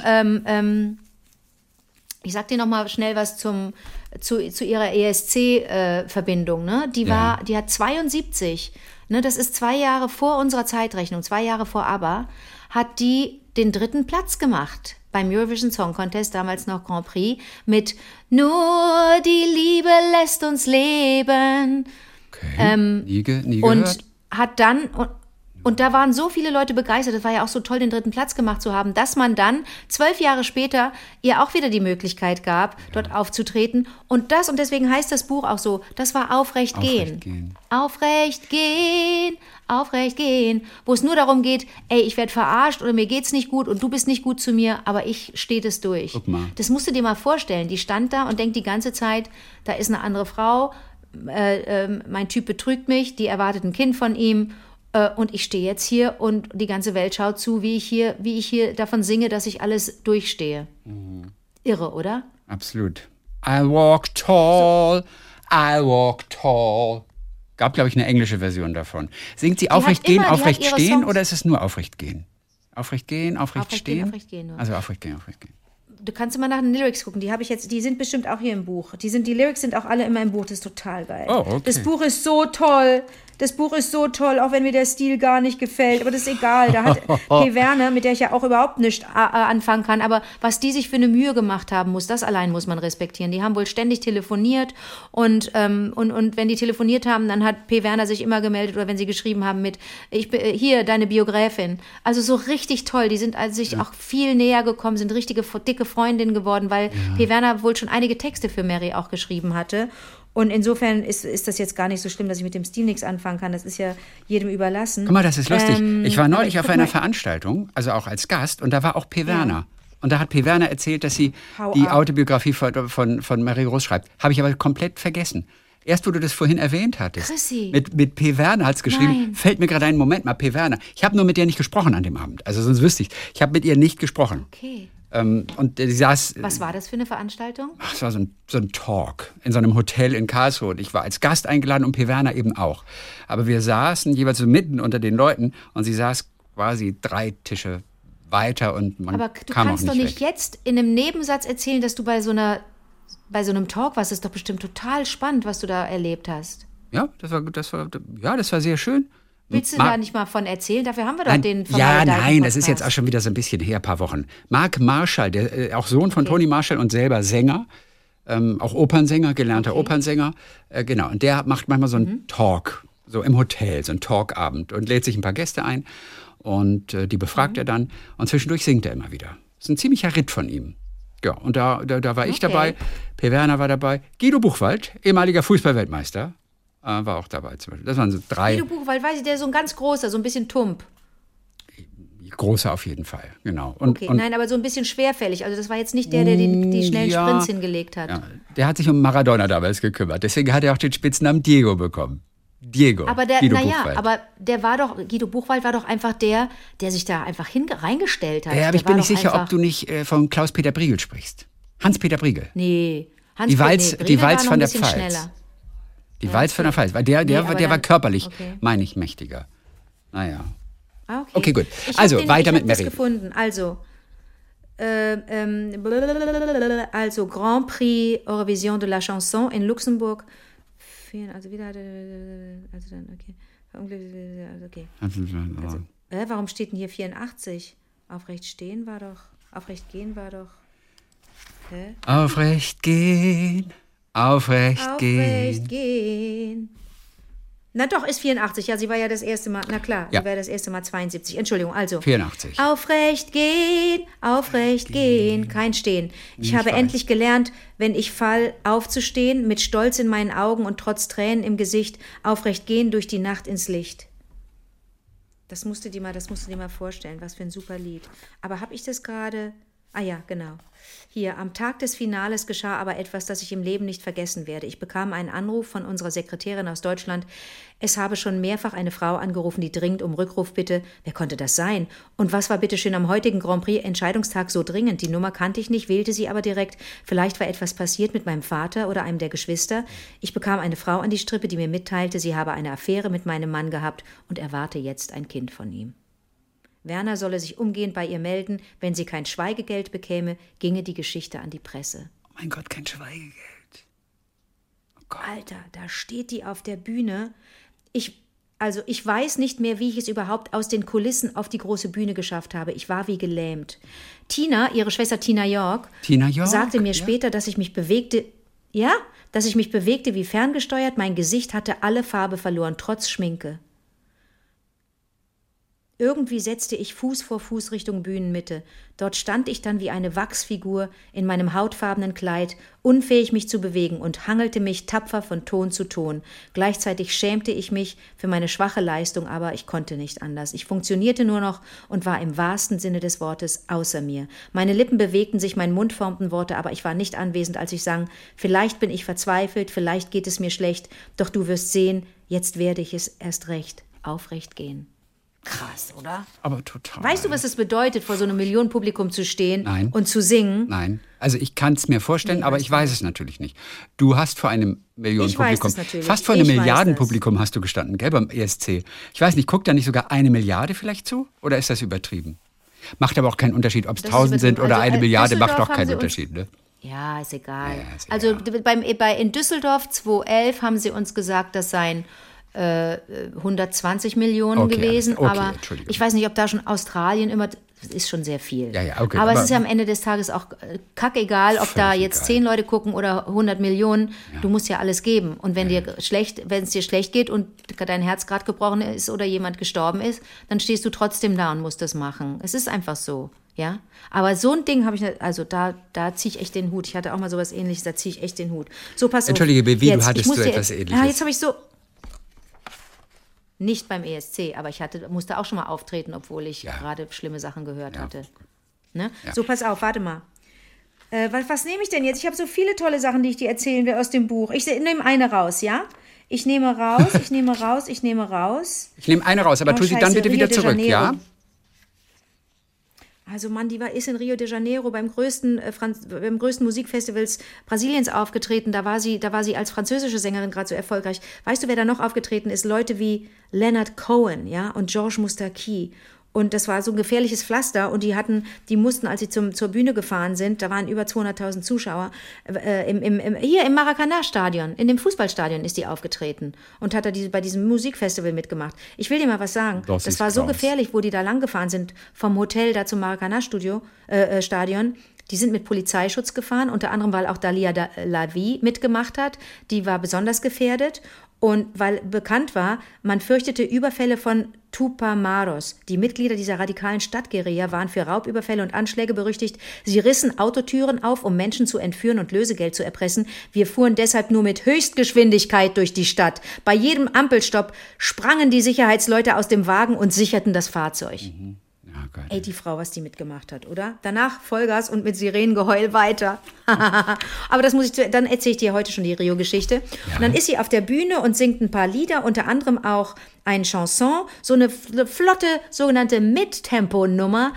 zu ihrer ESC-Verbindung. Ne? Die hat 72. Ne, das ist 2 Jahre vor unserer Zeitrechnung, 2 Jahre vor ABBA, hat die den 3. Platz gemacht beim Eurovision Song Contest, damals noch Grand Prix, mit Nur die Liebe lässt uns leben. Okay, nie gehört. Und da waren so viele Leute begeistert, das war ja auch so toll, den 3. Platz gemacht zu haben, dass man dann 12 Jahre später ihr auch wieder die Möglichkeit gab, dort aufzutreten. Und deswegen heißt das Buch auch so, das war Aufrecht gehen. Aufrecht gehen. Wo es nur darum geht, ey, ich werde verarscht oder mir geht's nicht gut und du bist nicht gut zu mir, aber ich stehe das durch. Guck mal. Das musst du dir mal vorstellen. Die stand da und denkt die ganze Zeit, da ist eine andere Frau, mein Typ betrügt mich, die erwartet ein Kind von ihm. Und ich stehe jetzt hier und die ganze Welt schaut zu, wie ich hier davon singe, dass ich alles durchstehe. Irre, oder? Absolut. I walk tall. Gab, glaube ich, eine englische Version davon. Singt sie aufrecht gehen, aufrecht stehen oder ist es nur aufrecht gehen? Aufrecht gehen, aufrecht stehen? Aufrecht gehen nur. Also aufrecht gehen. Du kannst immer nach den Lyrics gucken. Die sind bestimmt auch hier im Buch. Die Lyrics sind auch alle in meinem Buch. Das ist total geil. Oh, okay. Das Buch ist so toll. das Buch ist so toll, auch wenn mir der Stil gar nicht gefällt, aber das ist egal. Da hat P. Werner, mit der ich ja auch überhaupt nicht anfangen kann, aber was die sich für eine Mühe gemacht haben muss, das allein muss man respektieren. Die haben wohl ständig telefoniert und wenn die telefoniert haben, dann hat P. Werner sich immer gemeldet oder wenn sie geschrieben haben mit, ich bin hier, deine Biografin. Also so richtig toll. Die sind also sich auch viel näher gekommen, sind richtige dicke Freundinnen geworden, weil P. Werner wohl schon einige Texte für Mary auch geschrieben hatte. Und insofern ist das jetzt gar nicht so schlimm, dass ich mit dem Stil nichts anfangen kann. Das ist ja jedem überlassen. Guck mal, das ist lustig. Ich war neulich auf einer Veranstaltung, also auch als Gast, und da war auch P. Werner. Und da hat P. Werner erzählt, dass sie die Autobiografie von Mary Rose schreibt. Habe ich aber komplett vergessen. Erst, wo du das vorhin erwähnt hattest, mit P. Werner hat es geschrieben, fällt mir gerade ein Moment mal, P. Werner. Ich habe nur mit ihr nicht gesprochen an dem Abend. Also sonst wüsste ich, ich habe mit ihr nicht gesprochen. Okay. Und sie saß. Was war das für eine Veranstaltung? Es war so ein Talk in so einem Hotel in Karlsruhe. Und ich war als Gast eingeladen und P. Werner eben auch. Aber wir saßen jeweils so mitten unter den Leuten und sie saß quasi 3 Tische weiter und man kam auch nicht weg. Aber du kannst doch nicht jetzt in einem Nebensatz erzählen, dass du bei so einem Talk warst. Das ist doch bestimmt total spannend, was du da erlebt hast. Ja, das war sehr schön. Willst du da nicht mal von erzählen? Dafür haben wir doch den Nein, das ist jetzt auch schon wieder so ein bisschen her, ein paar Wochen. Mark Marshall, der auch Sohn von Toni Marshall und selber Sänger, auch Opernsänger, gelernter Opernsänger, genau. Und der macht manchmal so einen Talk, so im Hotel, so einen Talkabend und lädt sich ein paar Gäste ein und die befragt er dann und zwischendurch singt er immer wieder. Das ist ein ziemlicher Ritt von ihm. Ja, und da war ich dabei, P. Werner war dabei, Guido Buchwald, ehemaliger Fußballweltmeister, war auch dabei zum Beispiel. Das waren so 3. Guido Buchwald, weiß ich, der ist so ein ganz großer, so ein bisschen tump. Großer auf jeden Fall, genau. Und nein, aber so ein bisschen schwerfällig. Also das war jetzt nicht der die schnellen Sprints hingelegt hat. Ja, der hat sich um Maradona damals gekümmert. Deswegen hat er auch den Spitznamen Diego bekommen. Guido Buchwald. Aber Guido Buchwald war doch einfach der sich da einfach reingestellt hat. Ja, aber ich bin nicht sicher, ob du nicht von Klaus-Peter Briegel sprichst. Hans-Peter Briegel. Nee. Die Walz von der Pfalz. Schneller. Die Walz von der Pfalz, weil der war körperlich, meine ich, mächtiger. Naja. Okay, gut. Also, weiter mit Mary. Ich habe gefunden. Also, Grand Prix Eurovision de la Chanson in Luxemburg. Also wieder, also dann, okay. Warum steht denn hier 84? Aufrecht gehen war doch. Aufrecht gehen. Na doch, ist 84. Ja, sie war ja das erste Mal, na klar, sie war das erste Mal 72. Entschuldigung, also. 84. Aufrecht gehen, kein Stehen. Ich habe endlich gelernt, wenn ich fall, aufzustehen, mit Stolz in meinen Augen und trotz Tränen im Gesicht, aufrecht gehen durch die Nacht ins Licht. Das musst du dir mal vorstellen, was für ein super Lied. Aber habe ich das gerade? Ah ja, genau. Hier, am Tag des Finales geschah aber etwas, das ich im Leben nicht vergessen werde. Ich bekam einen Anruf von unserer Sekretärin aus Deutschland. Es habe schon mehrfach eine Frau angerufen, die dringend um Rückruf bitte. Wer konnte das sein? Und was war bitteschön am heutigen Grand Prix Entscheidungstag so dringend? Die Nummer kannte ich nicht, wählte sie aber direkt. Vielleicht war etwas passiert mit meinem Vater oder einem der Geschwister. Ich bekam eine Frau an die Strippe, die mir mitteilte, sie habe eine Affäre mit meinem Mann gehabt und erwarte jetzt ein Kind von ihm. Werner solle sich umgehend bei ihr melden. Wenn sie kein Schweigegeld bekäme, ginge die Geschichte an die Presse. Oh mein Gott, kein Schweigegeld. Oh Gott. Alter, da steht die auf der Bühne. Ich weiß nicht mehr, wie ich es überhaupt aus den Kulissen auf die große Bühne geschafft habe. Ich war wie gelähmt. Tina, ihre Schwester Tina York, sagte mir später, dass ich mich bewegte. Ja, dass ich mich bewegte wie ferngesteuert. Mein Gesicht hatte alle Farbe verloren, trotz Schminke. Irgendwie setzte ich Fuß vor Fuß Richtung Bühnenmitte. Dort stand ich dann wie eine Wachsfigur in meinem hautfarbenen Kleid, unfähig mich zu bewegen und hangelte mich tapfer von Ton zu Ton. Gleichzeitig schämte ich mich für meine schwache Leistung, aber ich konnte nicht anders. Ich funktionierte nur noch und war im wahrsten Sinne des Wortes außer mir. Meine Lippen bewegten sich, mein Mund formten Worte, aber ich war nicht anwesend, als ich sang. Vielleicht bin ich verzweifelt, vielleicht geht es mir schlecht, doch du wirst sehen, jetzt werde ich es erst recht aufrecht gehen. Krass, oder? Aber total. Weißt du, was es bedeutet, vor so einem Millionenpublikum zu stehen Nein. und zu singen? Nein. Also ich kann es mir vorstellen, aber ich weiß es natürlich nicht. Du hast vor einem Millionenpublikum, fast vor einem Milliardenpublikum hast du gestanden, gell, beim ESC. Ich weiß nicht, guckt da nicht sogar 1 Milliarde vielleicht zu? Oder ist das übertrieben? Macht aber auch keinen Unterschied, ob es 1000 sind oder 1 Milliarde, macht auch keinen Unterschied, ne? Ja, ist egal. Ja, ist also in Düsseldorf 2011 haben sie uns gesagt, das seien 120 Millionen gewesen. Okay, aber ich weiß nicht, ob da schon Australien immer, das ist schon sehr viel. Ja, okay, aber es ist ja am Ende des Tages auch kackegal, ob da jetzt 10 Leute gucken oder 100 Millionen. Ja. Du musst ja alles geben. Und wenn es dir schlecht geht und dein Herz gerade gebrochen ist oder jemand gestorben ist, dann stehst du trotzdem da und musst das machen. Es ist einfach so. Ja, aber so ein Ding habe ich nicht, also da ziehe ich echt den Hut. Ich hatte auch mal sowas Ähnliches, da ziehe ich echt den Hut. So, pass auf. Entschuldige, Bibi, du hattest so etwas Ähnliches. Ja, jetzt habe ich so, nicht beim ESC, aber musste auch schon mal auftreten, obwohl ich gerade schlimme Sachen gehört hatte. Ne? Ja. So, pass auf, warte mal. Was nehme ich denn jetzt? Ich habe so viele tolle Sachen, die ich dir erzählen will aus dem Buch. Ich nehme eine raus, ja? Ich nehme raus. Ich nehme eine raus, aber tu sie dann bitte wieder zurück, ja? Also Mann, ist in Rio de Janeiro beim größten Musikfestivals Brasiliens aufgetreten. Da war sie als französische Sängerin gerade so erfolgreich. Weißt du, wer da noch aufgetreten ist? Leute wie Leonard Cohen, ja, und Georges Moustaki. Und das war so ein gefährliches Pflaster und die mussten, als sie zur Bühne gefahren sind, da waren über 200.000 Zuschauer, hier im Maracanã-Stadion, in dem Fußballstadion ist die aufgetreten und hat da bei diesem Musikfestival mitgemacht. Ich will dir mal was sagen, das war so gefährlich, wo die da lang gefahren sind, vom Hotel da zum Maracanã-Stadion. Die sind mit Polizeischutz gefahren, unter anderem, weil auch Dalia Lavi mitgemacht hat. Die war besonders gefährdet. Und weil bekannt war, man fürchtete Überfälle von Tupamaros. Die Mitglieder dieser radikalen Stadtguerilla waren für Raubüberfälle und Anschläge berüchtigt. Sie rissen Autotüren auf, um Menschen zu entführen und Lösegeld zu erpressen. Wir fuhren deshalb nur mit Höchstgeschwindigkeit durch die Stadt. Bei jedem Ampelstopp sprangen die Sicherheitsleute aus dem Wagen und sicherten das Fahrzeug. Mhm. Oh, ey, die Frau, was die mitgemacht hat, oder? Danach Vollgas und mit Sirenengeheul weiter. Aber dann erzähle ich dir heute schon die Rio-Geschichte. Ja. Und dann ist sie auf der Bühne und singt ein paar Lieder, unter anderem auch ein Chanson, so eine flotte sogenannte Mid-Tempo-Nummer,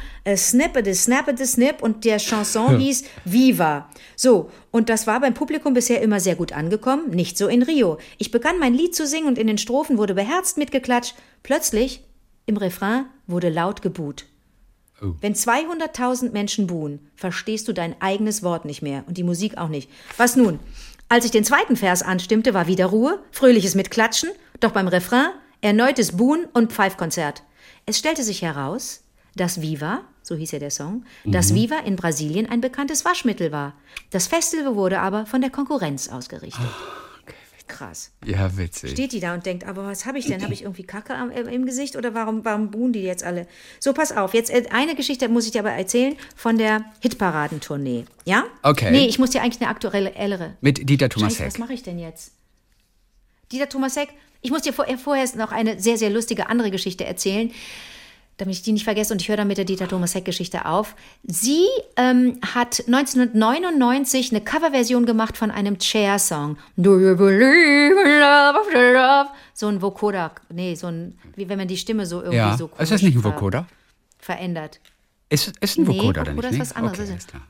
Snip, und der Chanson hieß Viva. So, und das war beim Publikum bisher immer sehr gut angekommen, nicht so in Rio. Ich begann mein Lied zu singen und in den Strophen wurde beherzt mitgeklatscht. Plötzlich, im Refrain, wurde laut gebuht. Oh. Wenn 200.000 Menschen buhen, verstehst du dein eigenes Wort nicht mehr und die Musik auch nicht. Was nun? Als ich den zweiten Vers anstimmte, war wieder Ruhe, fröhliches Mitklatschen, doch beim Refrain erneutes Buhen und Pfeifkonzert. Es stellte sich heraus, dass Viva, so hieß ja der Song, dass Viva in Brasilien ein bekanntes Waschmittel war. Das Festival wurde aber von der Konkurrenz ausgerichtet. Krass. Ja, witzig. Steht die da und denkt, aber was habe ich denn? Habe ich irgendwie Kacke im Gesicht oder warum buhen die jetzt alle? So, pass auf, jetzt eine Geschichte muss ich dir aber erzählen von der Hitparadentournee. Ja? Okay. Nee, ich muss dir eigentlich eine aktuellere. Mit Dieter Thomas Heck. Was mache ich denn jetzt? Dieter Thomas Heck, ich muss dir vorher noch eine sehr, sehr lustige andere Geschichte erzählen, damit ich die nicht vergesse, und ich höre dann mit der Dieter Thomas Heck-Geschichte auf. Sie hat 1999 eine Coverversion gemacht von einem Cher-Song. Do you believe in love after love? So ein Vocoder, wie wenn man die Stimme so irgendwie so komisch. Ist das nicht ein Vocoder? Verändert. Ist ein Vocoder dann nicht? Vocoder ist was anderes. Okay, ist klar.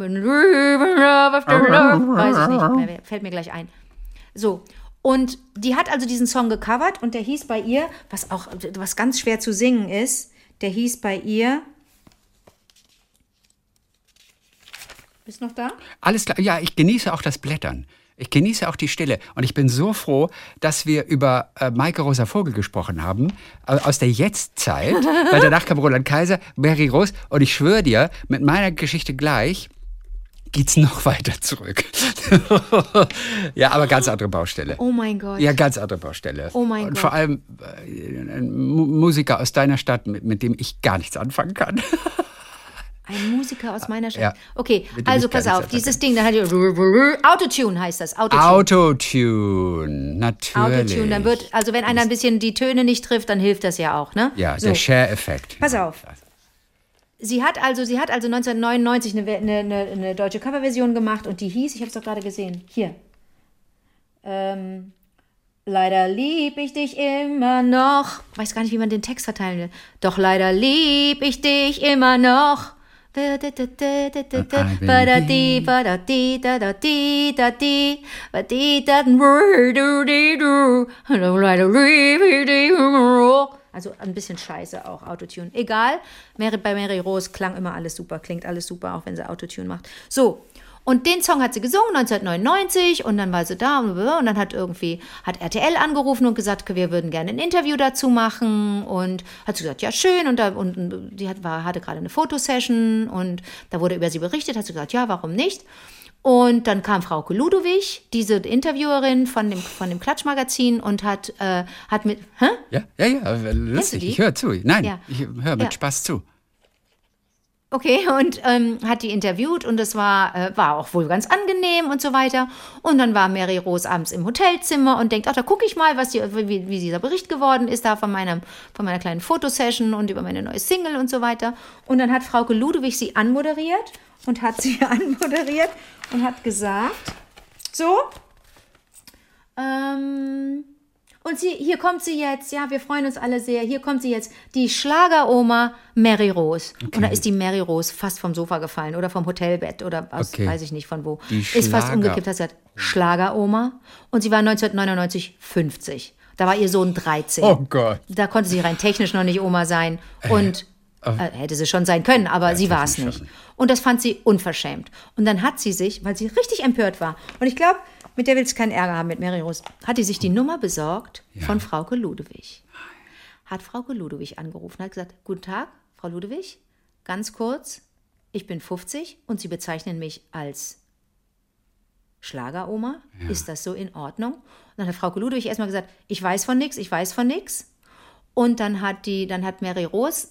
Weiß ich nicht, fällt mir gleich ein. So. Und die hat also diesen Song gecovert und der hieß bei ihr, was ganz schwer zu singen ist, der hieß bei ihr. Bist du noch da? Alles klar. Ja, ich genieße auch das Blättern. Ich genieße auch die Stille. Und ich bin so froh, dass wir über Maike Rosa Vogel gesprochen haben, aus der Jetztzeit, weil danach kam Roland Kaiser, Mary Rose. Und ich schwöre dir, mit meiner Geschichte gleich geht's noch weiter zurück. Ja, aber ganz andere Baustelle. Oh mein Gott. Ja, ganz andere Baustelle. Oh mein Gott. Und vor allem ein Musiker aus deiner Stadt, mit dem ich gar nichts anfangen kann. Ein Musiker aus meiner Stadt? Ja. Okay, also pass auf, dieses Ding, da hat Autotune heißt das. Autotune, natürlich. Autotune, dann also wenn einer ein bisschen die Töne nicht trifft, dann hilft das ja auch, ne? Ja, so. Der Share-Effekt. Pass auf. Sie hat also 1999 eine deutsche Coverversion gemacht und die hieß, ich habe es doch gerade gesehen, hier. Leider lieb ich dich immer noch. Ich weiß gar nicht, wie man den Text verteilen will. Doch leider lieb ich dich immer noch. Also ein bisschen scheiße auch, Autotune. Egal, bei Mary Rose klang immer alles super, klingt alles super, auch wenn sie Autotune macht. So, Und den Song hat sie gesungen 1999 und dann war sie da und dann hat RTL angerufen und gesagt, wir würden gerne ein Interview dazu machen und hat sie gesagt, ja schön und die hatte gerade eine Fotosession und da wurde über sie berichtet, hat sie gesagt, ja, warum nicht? Und dann kam Frauke Ludowig, diese Interviewerin von dem Klatschmagazin und hat mit, hä? Ja, lustig, ich höre zu. Nein, ja. Ich höre mit Spaß zu. Okay, und hat die interviewt und es war auch wohl ganz angenehm und so weiter. Und dann war Mary Rose abends im Hotelzimmer und denkt, da gucke ich mal, wie dieser Bericht geworden ist da von meiner kleinen Fotosession und über meine neue Single und so weiter. Und dann hat Frauke Ludowig sie anmoderiert und hat gesagt, so, und hier kommt sie jetzt, ja, wir freuen uns alle sehr, hier kommt sie jetzt, die Schlageroma Mary Rose. Okay. Und da ist die Mary Rose fast vom Sofa gefallen oder vom Hotelbett oder weiß ich nicht von wo. Ist fast umgekippt, hat gesagt, Schlageroma. Und sie war 1999 50. Da war ihr Sohn 13. Oh Gott. Da konnte sie rein technisch noch nicht Oma sein und hätte sie schon sein können, aber sie war es nicht. Und das fand sie unverschämt. Und dann hat sie sich, weil sie richtig empört war, und ich glaube, mit der will es keinen Ärger haben, mit Mary Rose, hat die sich die Nummer besorgt von Frauke Ludowig. Hat Frauke Ludowig angerufen, hat gesagt, guten Tag, Frau Ludowig, ganz kurz, ich bin 50 und Sie bezeichnen mich als Schlageroma. Ja. Ist das so in Ordnung? Und dann hat Frauke Ludowig erstmal gesagt, ich weiß von nichts. Und dann hat Mary Rose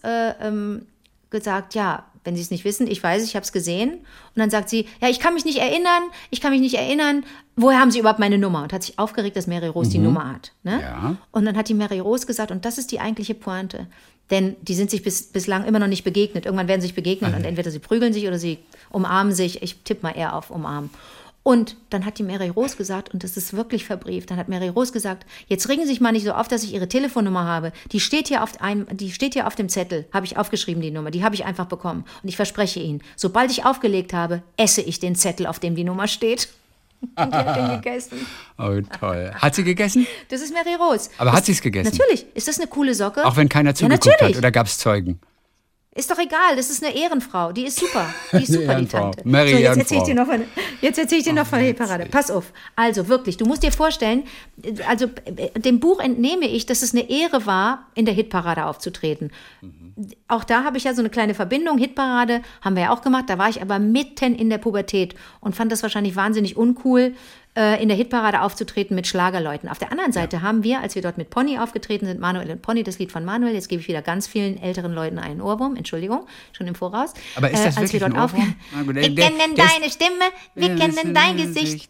gesagt, ja, wenn Sie es nicht wissen, ich weiß, ich habe es gesehen. Und dann sagt sie, ja, ich kann mich nicht erinnern, woher haben Sie überhaupt meine Nummer? Und hat sich aufgeregt, dass Mary Rose die Nummer hat. Ne? Ja. Und dann hat die Mary Rose gesagt, und das ist die eigentliche Pointe, denn die sind sich bislang immer noch nicht begegnet. Irgendwann werden sie sich begegnen und entweder sie prügeln sich oder sie umarmen sich. Ich tippe mal eher auf umarmen. Und dann hat die Mary Rose gesagt, und das ist wirklich verbrieft, dann hat Mary Rose gesagt, jetzt regen Sie sich mal nicht so auf, dass ich Ihre Telefonnummer habe. Die steht hier auf dem Zettel, habe ich aufgeschrieben, die Nummer, die habe ich einfach bekommen. Und ich verspreche Ihnen, sobald ich aufgelegt habe, esse ich den Zettel, auf dem die Nummer steht. Und die hat den gegessen. Oh, toll. Hat sie gegessen? Das ist Mary Rose. Aber hat sie es gegessen? Natürlich. Ist das eine coole Socke? Auch wenn keiner zugeguckt hat, oder gab es Zeugen? Ist doch egal, das ist eine Ehrenfrau. Die ist super. Die Tante. Mary so, jetzt erzähle ich dir noch von der Hitparade. Pass auf. Also wirklich, du musst dir vorstellen, also dem Buch entnehme ich, dass es eine Ehre war, in der Hitparade aufzutreten. Auch da habe ich ja so eine kleine Verbindung. Hitparade haben wir ja auch gemacht. Da war ich aber mitten in der Pubertät und fand das wahrscheinlich wahnsinnig uncool, in der Hitparade aufzutreten mit Schlagerleuten. Auf der anderen Seite haben wir, als wir dort mit Pony aufgetreten sind, Manuel und Pony, das Lied von Manuel, jetzt gebe ich wieder ganz vielen älteren Leuten einen Ohrwurm, Entschuldigung, schon im Voraus. Aber ist das wirklich ein Ohrwurm? Wir kennen deine Stimme, wir kennen dein Gesicht.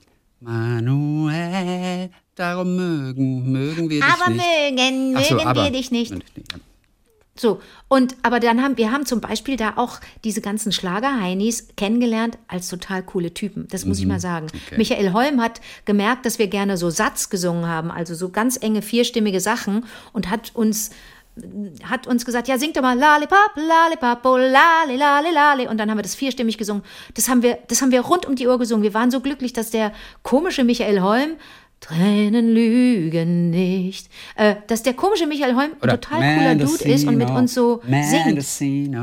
Manuel, darum mögen wir dich nicht. Aber mögen wir dich nicht. So, aber dann wir haben zum Beispiel da auch diese ganzen Schlager-Heinis kennengelernt als total coole Typen. Das muss ich mal sagen. Okay. Michael Holm hat gemerkt, dass wir gerne so Satz gesungen haben, also so ganz enge vierstimmige Sachen und hat uns gesagt, ja, singt doch mal Lollipop, Lollipop, oh, lali, lali, lali. Und dann haben wir das vierstimmig gesungen. Das haben wir rund um die Uhr gesungen. Wir waren so glücklich, dass der komische Michael Holm Tränen lügen nicht. Dass der komische Michael Holm ein total cooler Dude ist und mit uns so singt.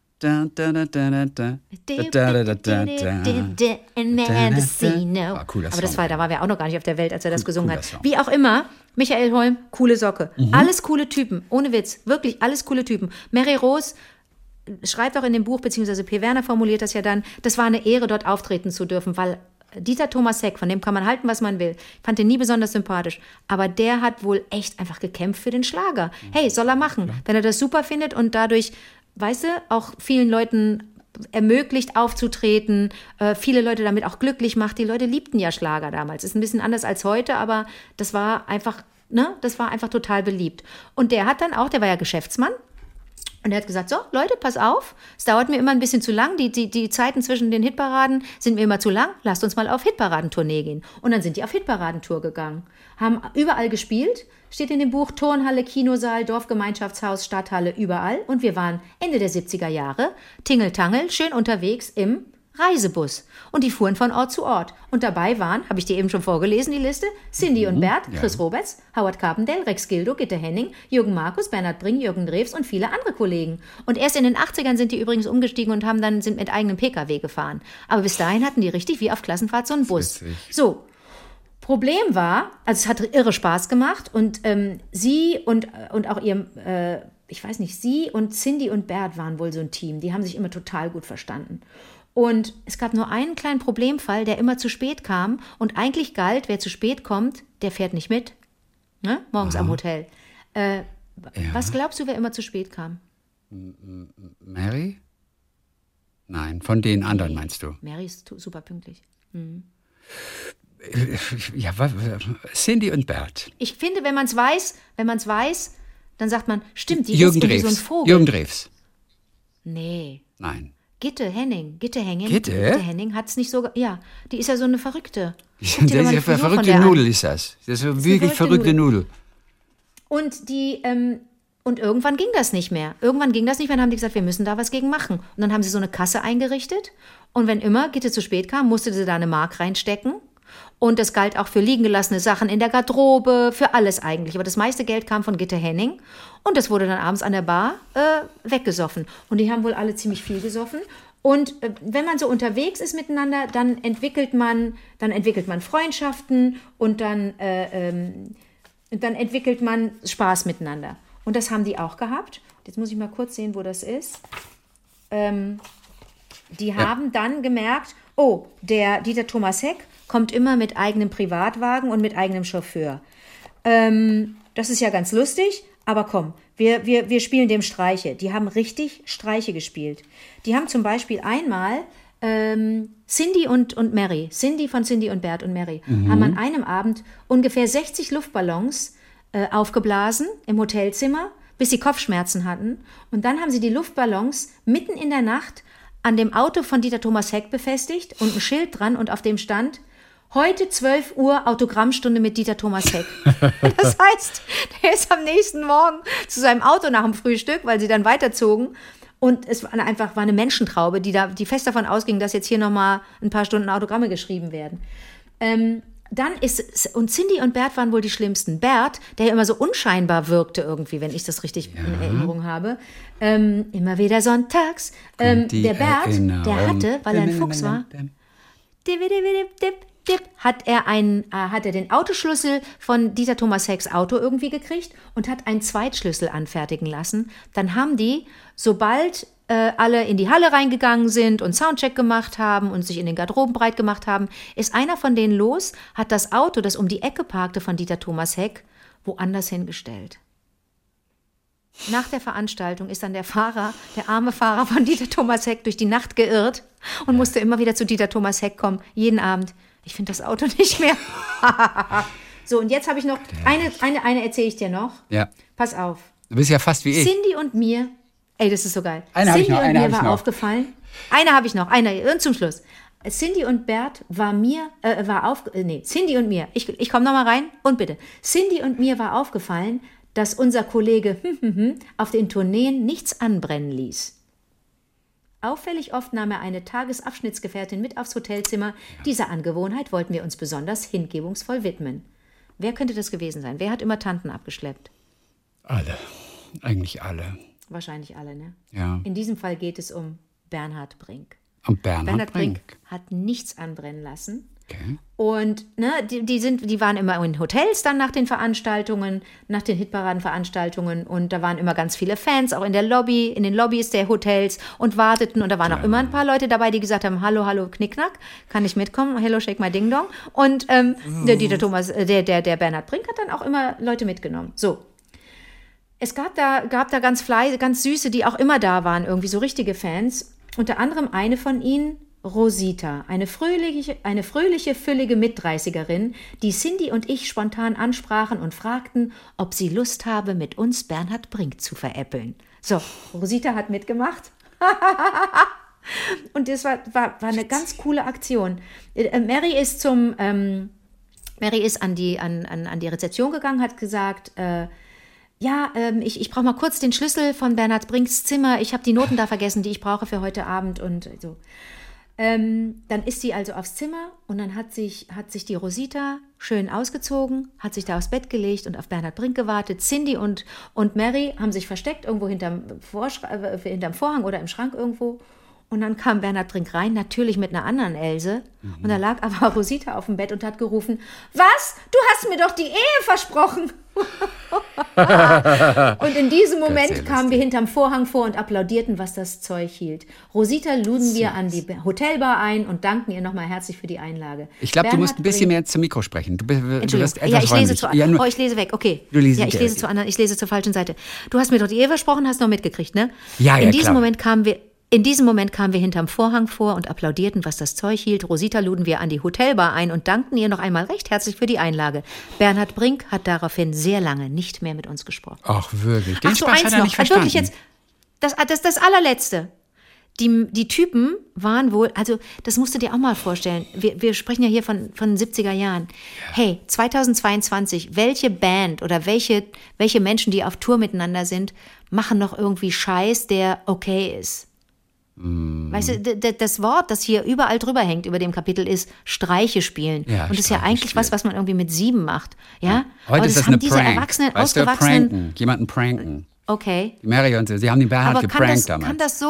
Cooler Aber da waren wir auch noch gar nicht auf der Welt, als er das gesungen hat. Wie auch immer, Michael Holm, coole Socke. Alles coole Typen, ohne Witz. Wirklich, alles coole Typen. Mary Rose schreibt auch in dem Buch, beziehungsweise P. Werner formuliert das ja dann, das war eine Ehre, dort auftreten zu dürfen, weil Dieter Thomas Heck, von dem kann man halten, was man will. Ich fand den nie besonders sympathisch. Aber der hat wohl echt einfach gekämpft für den Schlager. Hey, soll er machen. Wenn er das super findet und dadurch, weißt du, auch vielen Leuten ermöglicht aufzutreten, viele Leute damit auch glücklich macht. Die Leute liebten ja Schlager damals. Ist ein bisschen anders als heute, aber das war einfach total beliebt. Und der war ja Geschäftsmann. Und er hat gesagt, so, Leute, pass auf, es dauert mir immer ein bisschen zu lang, die Zeiten zwischen den Hitparaden sind mir immer zu lang, lasst uns mal auf Hitparadentournee gehen. Und dann sind die auf Hitparadentour gegangen, haben überall gespielt, steht in dem Buch, Turnhalle, Kinosaal, Dorfgemeinschaftshaus, Stadthalle, überall. Und wir waren Ende der 70er Jahre, Tingeltangel, schön unterwegs im Reisebus. Und die fuhren von Ort zu Ort. Und dabei waren, habe ich dir eben schon vorgelesen, die Liste, Cindy und Bert, Chris Roberts, Howard Carpendale, Rex Gildo, Gitte Henning, Jürgen Markus, Bernhard Brink, Jürgen Drews und viele andere Kollegen. Und erst in den 80ern sind die übrigens umgestiegen und sind mit eigenem Pkw gefahren. Aber bis dahin hatten die richtig wie auf Klassenfahrt so einen Bus. So. Problem war, also es hat irre Spaß gemacht und sie und auch ihr, ich weiß nicht, sie und Cindy und Bert waren wohl so ein Team. Die haben sich immer total gut verstanden. Und es gab nur einen kleinen Problemfall, der immer zu spät kam und eigentlich galt, wer zu spät kommt, der fährt nicht mit, ne? Morgens am Hotel. Was glaubst du, wer immer zu spät kam? Mary? Nein, von den anderen meinst du? Mary ist super pünktlich. Ja, Cindy und Bert. Ich finde, wenn man es weiß, dann sagt man, stimmt, die Jürgen ist irgendwie Drews. so ein Vogel. Jürgen Drews. Nee. Nein. Gitte Henning Gitte? Henning hat es nicht so, ja, die ist ja so eine Verrückte. Das ist ja verrückte Nudel, ist das. Das ist eine wirklich verrückte Nudel. Und und irgendwann ging das nicht mehr. Dann haben die gesagt, wir müssen da was gegen machen. Und dann haben sie so eine Kasse eingerichtet. Und wenn immer Gitte zu spät kam, musste sie da eine Mark reinstecken. Und das galt auch für liegen gelassene Sachen in der Garderobe, für alles eigentlich. Aber das meiste Geld kam von Gitte Henning. Und das wurde dann abends an der Bar weggesoffen. Und die haben wohl alle ziemlich viel gesoffen. Und wenn man so unterwegs ist miteinander, dann entwickelt man Freundschaften und dann entwickelt man Spaß miteinander. Und das haben die auch gehabt. Jetzt muss ich mal kurz sehen, wo das ist. Die haben dann gemerkt, oh, der Dieter Thomas Heck kommt immer mit eigenem Privatwagen und mit eigenem Chauffeur. Das ist ja ganz lustig, aber komm, wir spielen dem Streiche. Die haben richtig Streiche gespielt. Die haben zum Beispiel einmal Cindy und Mary, Cindy und Bert und Mary, haben an einem Abend ungefähr 60 Luftballons aufgeblasen im Hotelzimmer, bis sie Kopfschmerzen hatten. Und dann haben sie die Luftballons mitten in der Nacht an dem Auto von Dieter Thomas Heck befestigt und ein Schild dran und auf dem stand: Heute 12 Uhr Autogrammstunde mit Dieter Thomas Heck. Das heißt, der ist am nächsten Morgen zu seinem Auto nach dem Frühstück, weil sie dann weiterzogen. Und es war eine Menschentraube, die fest davon ausging, dass jetzt hier nochmal ein paar Stunden Autogramme geschrieben werden. Und Cindy und Bert waren wohl die schlimmsten. Bert, der ja immer so unscheinbar wirkte irgendwie, wenn ich das richtig in Erinnerung habe. Immer wieder sonntags. Der Bert, der hatte, weil er ein Fuchs war, hat er den Autoschlüssel von Dieter Thomas Hecks Auto irgendwie gekriegt und hat einen Zweitschlüssel anfertigen lassen. Dann haben die, sobald alle in die Halle reingegangen sind und Soundcheck gemacht haben und sich in den Garderoben breit gemacht haben, ist einer von denen los, hat das Auto, das um die Ecke parkte von Dieter Thomas Heck, woanders hingestellt. Nach der Veranstaltung ist dann der arme Fahrer von Dieter Thomas Heck durch die Nacht geirrt und musste immer wieder zu Dieter Thomas Heck kommen, jeden Abend. Ich finde das Auto nicht mehr. So, und jetzt habe ich noch, eine erzähle ich dir noch. Ja. Pass auf. Du bist ja fast wie ich. Cindy und mir, das ist so geil. Cindy und mir war aufgefallen. Eine habe ich noch, und zum Schluss. Cindy und Bert Cindy und mir, ich komme nochmal rein und bitte. Cindy und mir war aufgefallen, dass unser Kollege auf den Tourneen nichts anbrennen ließ. Auffällig oft nahm er eine Tagesabschnittsgefährtin mit aufs Hotelzimmer. Ja. Dieser Angewohnheit wollten wir uns besonders hingebungsvoll widmen. Wer könnte das gewesen sein? Wer hat immer Tanten abgeschleppt? Alle. Eigentlich alle. Wahrscheinlich alle, ne? Ja. In diesem Fall geht es um Bernhard Brink. Bernhard Brink hat nichts anbrennen lassen. Okay. Und die waren immer in Hotels dann nach den Veranstaltungen, nach den Hitparadenveranstaltungen, und da waren immer ganz viele Fans, auch in den Lobbys der Hotels, und warteten, und da waren auch immer ein paar Leute dabei, die gesagt haben: Hallo, hallo, Knickknack, kann ich mitkommen? Hello, shake my ding dong. Und der Bernhard Brink hat dann auch immer Leute mitgenommen. So. Es gab da ganz Süße, die auch immer da waren, irgendwie so richtige Fans. Unter anderem eine von ihnen, Rosita, eine fröhliche, füllige Mitdreißigerin, die Cindy und ich spontan ansprachen und fragten, ob sie Lust habe, mit uns Bernhard Brink zu veräppeln. So, Rosita hat mitgemacht. Und das war eine ganz coole Aktion. Mary ist an die Rezeption gegangen, hat gesagt, ich brauche mal kurz den Schlüssel von Bernhard Brinks Zimmer. Ich habe die Noten da vergessen, die ich brauche für heute Abend und so. Dann ist sie also aufs Zimmer und dann hat sich die Rosita schön ausgezogen, hat sich da aufs Bett gelegt und auf Bernhard Brink gewartet. Cindy und Mary haben sich versteckt, irgendwo hinterm Vorhang oder im Schrank irgendwo. Und dann kam Bernhard Brink rein, natürlich mit einer anderen Else. Und da lag aber Rosita auf dem Bett und hat gerufen, was? Du hast mir doch die Ehe versprochen. Und in diesem Moment kamen wir hinterm Vorhang vor und applaudierten, was das Zeug hielt. Rosita luden wir an die Hotelbar ein und danken ihr nochmal herzlich für die Einlage. Ich glaube, du musst ein bisschen mehr zum Mikro sprechen. Du wirst etwas ich lese weg, okay. Ich lese zur falschen Seite. Du hast mir doch die Ehe versprochen, hast noch mitgekriegt, ne? Ja, In diesem Moment kamen wir hinterm Vorhang vor und applaudierten, was das Zeug hielt. Rosita luden wir an die Hotelbar ein und dankten ihr noch einmal recht herzlich für die Einlage. Bernhard Brink hat daraufhin sehr lange nicht mehr mit uns gesprochen. Ach, wirklich? Den Ach so, Spaß eins hat er noch. nicht verstanden. Wirklich jetzt, das allerletzte. Die Typen waren wohl, also das musst du dir auch mal vorstellen. Wir sprechen ja hier von den 70er Jahren. Ja. Hey, 2022, welche Band oder welche Menschen, die auf Tour miteinander sind, machen noch irgendwie Scheiß, der okay ist? Weißt du, das Wort, das hier überall drüber hängt über dem Kapitel, ist Streiche spielen. Ja, und das ist ja eigentlich was man irgendwie mit 7 macht. Ja? Heute ist das eine diese Prank. Erwachsenen, weißt du, pranken. Jemanden pranken. Okay. Die Mary und sie haben den Bernhard geprankt damals.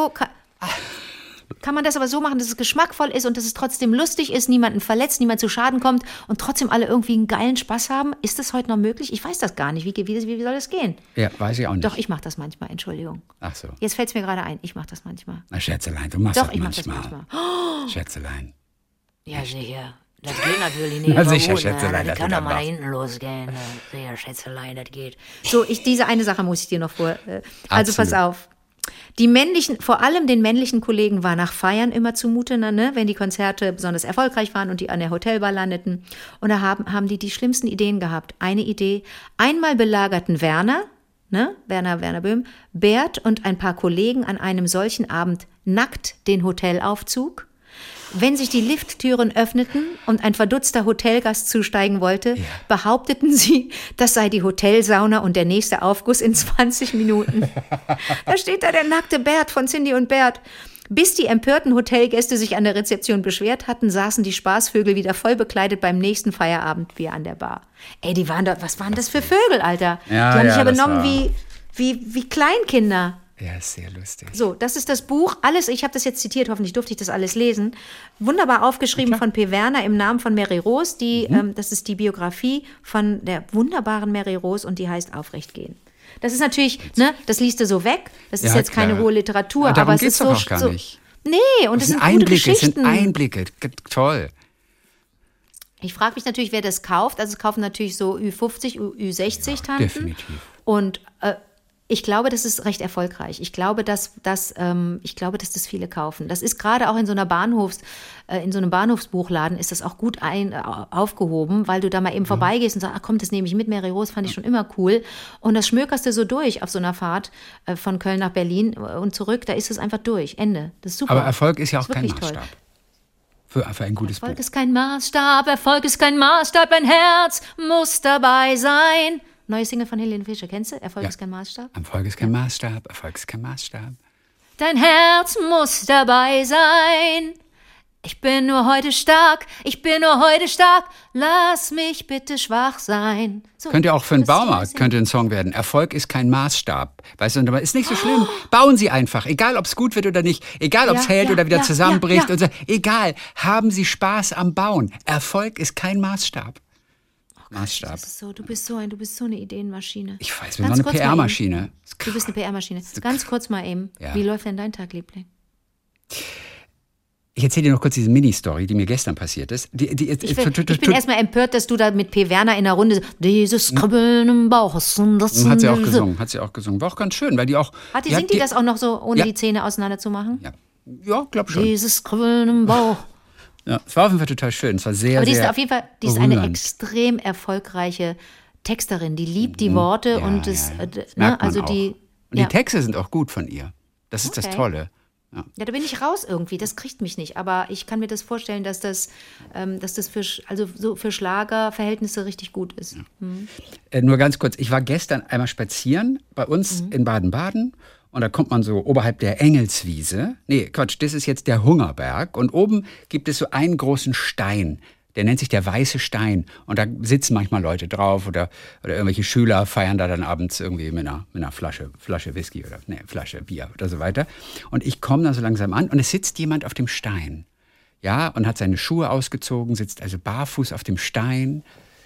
Kann man das aber so machen, dass es geschmackvoll ist und dass es trotzdem lustig ist, niemanden verletzt, niemand zu Schaden kommt und trotzdem alle irgendwie einen geilen Spaß haben? Ist das heute noch möglich? Ich weiß das gar nicht. Wie soll das gehen? Ja, weiß ich auch nicht. Doch, ich mache das manchmal, Entschuldigung. Ach so. Jetzt fällt es mir gerade ein, ich mache das manchmal. Na, Schätzelein, du machst Doch, das ich manchmal. Mach das manchmal. Schätzelein. Ja, sicher. Das geht natürlich nicht. Na sicher, Schätzelein. Das kann doch mal da hinten losgehen. Sicher, Schätzelein, das geht. So, diese eine Sache muss ich dir noch vor. Also pass auf. Vor allem den männlichen Kollegen war nach Feiern immer zumute, ne, wenn die Konzerte besonders erfolgreich waren und die an der Hotelbar landeten. Und da haben die schlimmsten Ideen gehabt. Eine Idee, einmal belagerten Werner Böhm, Bert und ein paar Kollegen an einem solchen Abend nackt den Hotelaufzug. Wenn sich die Lifttüren öffneten und ein verdutzter Hotelgast zusteigen wollte, behaupteten sie, das sei die Hotelsauna und der nächste Aufguss in 20 Minuten. Da steht da der nackte Bert von Cindy und Bert. Bis die empörten Hotelgäste sich an der Rezeption beschwert hatten, saßen die Spaßvögel wieder voll bekleidet beim nächsten Feierabendbier an der Bar. Ey, die waren da, was waren das für Vögel, Alter? Ja, die haben sich ja benommen wie Kleinkinder. Ja, ist sehr lustig. So, das ist das Buch. Alles, ich habe das jetzt zitiert, hoffentlich durfte ich das alles lesen. Wunderbar aufgeschrieben von P. Werner im Namen von Mary Rose. Das ist die Biografie von der wunderbaren Mary Rose und die heißt Aufrecht gehen. Das ist natürlich, ne, das liest du so weg. Das ist jetzt keine hohe Literatur, ja, aber es ist so. Auch gar nicht. Nee, und es sind gute Geschichten. Es sind Einblicke, toll. Ich frage mich natürlich, wer das kauft. Also es kaufen natürlich so Ü50, Ü60 Tanten. Definitiv. Und ich glaube, das ist recht erfolgreich. Ich glaube, dass das viele kaufen. Das ist gerade auch in so einem Bahnhofsbuchladen ist das auch gut aufgehoben, weil du da mal eben vorbeigehst und sagst, ach komm, das nehme ich mit. Mary Rose fand ich schon immer cool. Und das schmökerst du so durch auf so einer Fahrt von Köln nach Berlin und zurück. Da ist es einfach durch. Ende. Das ist super. Aber Erfolg ist ja auch kein Maßstab. Für ein gutes Erfolg Buch. Ist kein Maßstab, Erfolg ist kein Maßstab, ein Herz muss dabei sein. Neue Single von Helene Fischer, kennst du? Erfolg ist kein Maßstab. Erfolg ist kein Maßstab, Erfolg ist kein Maßstab. Dein Herz muss dabei sein. Ich bin nur heute stark, lass mich bitte schwach sein. So, könnte auch für einen Baumarkt ein Song werden. Erfolg ist kein Maßstab. Weißt du, ist nicht so schlimm. Bauen Sie einfach, egal ob es gut wird oder nicht, egal ob es hält oder wieder zusammenbricht. Und so. Egal, haben Sie Spaß am Bauen. Erfolg ist kein Maßstab. Maßstab. Das ist so, du bist so eine Ideenmaschine. Ich weiß, wir sind so eine PR-Maschine. Du bist eine PR-Maschine. Ganz kurz mal eben. Ja. Wie läuft denn dein Tag, Liebling? Ich erzähle dir noch kurz diese Mini-Story, die mir gestern passiert ist. Ich bin erstmal empört, dass du da mit P. Werner in der Runde dieses Kribbeln im Bauch. Hat sie auch gesungen. War auch ganz schön, weil die auch... Singt die das auch noch so, ohne die Zähne auseinander zu machen? Ja, glaub schon. Dieses Kribbeln im Bauch. Ja, es war auf jeden Fall total schön. Es war sehr, aber die sehr ist auf jeden Fall, die ist eine extrem erfolgreiche Texterin. Die liebt die Worte und das, also die. Und die Texte sind auch gut von ihr. Das ist das Tolle. Ja, da bin ich raus irgendwie. Das kriegt mich nicht. Aber ich kann mir das vorstellen, dass das für Schlagerverhältnisse richtig gut ist. Ja. Nur ganz kurz. Ich war gestern einmal spazieren bei uns in Baden-Baden. Und da kommt man so oberhalb der Engelswiese. Nee, Quatsch, das ist jetzt der Hungerberg. Und oben gibt es so einen großen Stein. Der nennt sich der Weiße Stein. Und da sitzen manchmal Leute drauf oder irgendwelche Schüler feiern da dann abends irgendwie mit einer Flasche Whisky oder Flasche Bier oder so weiter. Und ich komme da so langsam an und es sitzt jemand auf dem Stein. Ja, und hat seine Schuhe ausgezogen, sitzt also barfuß auf dem Stein.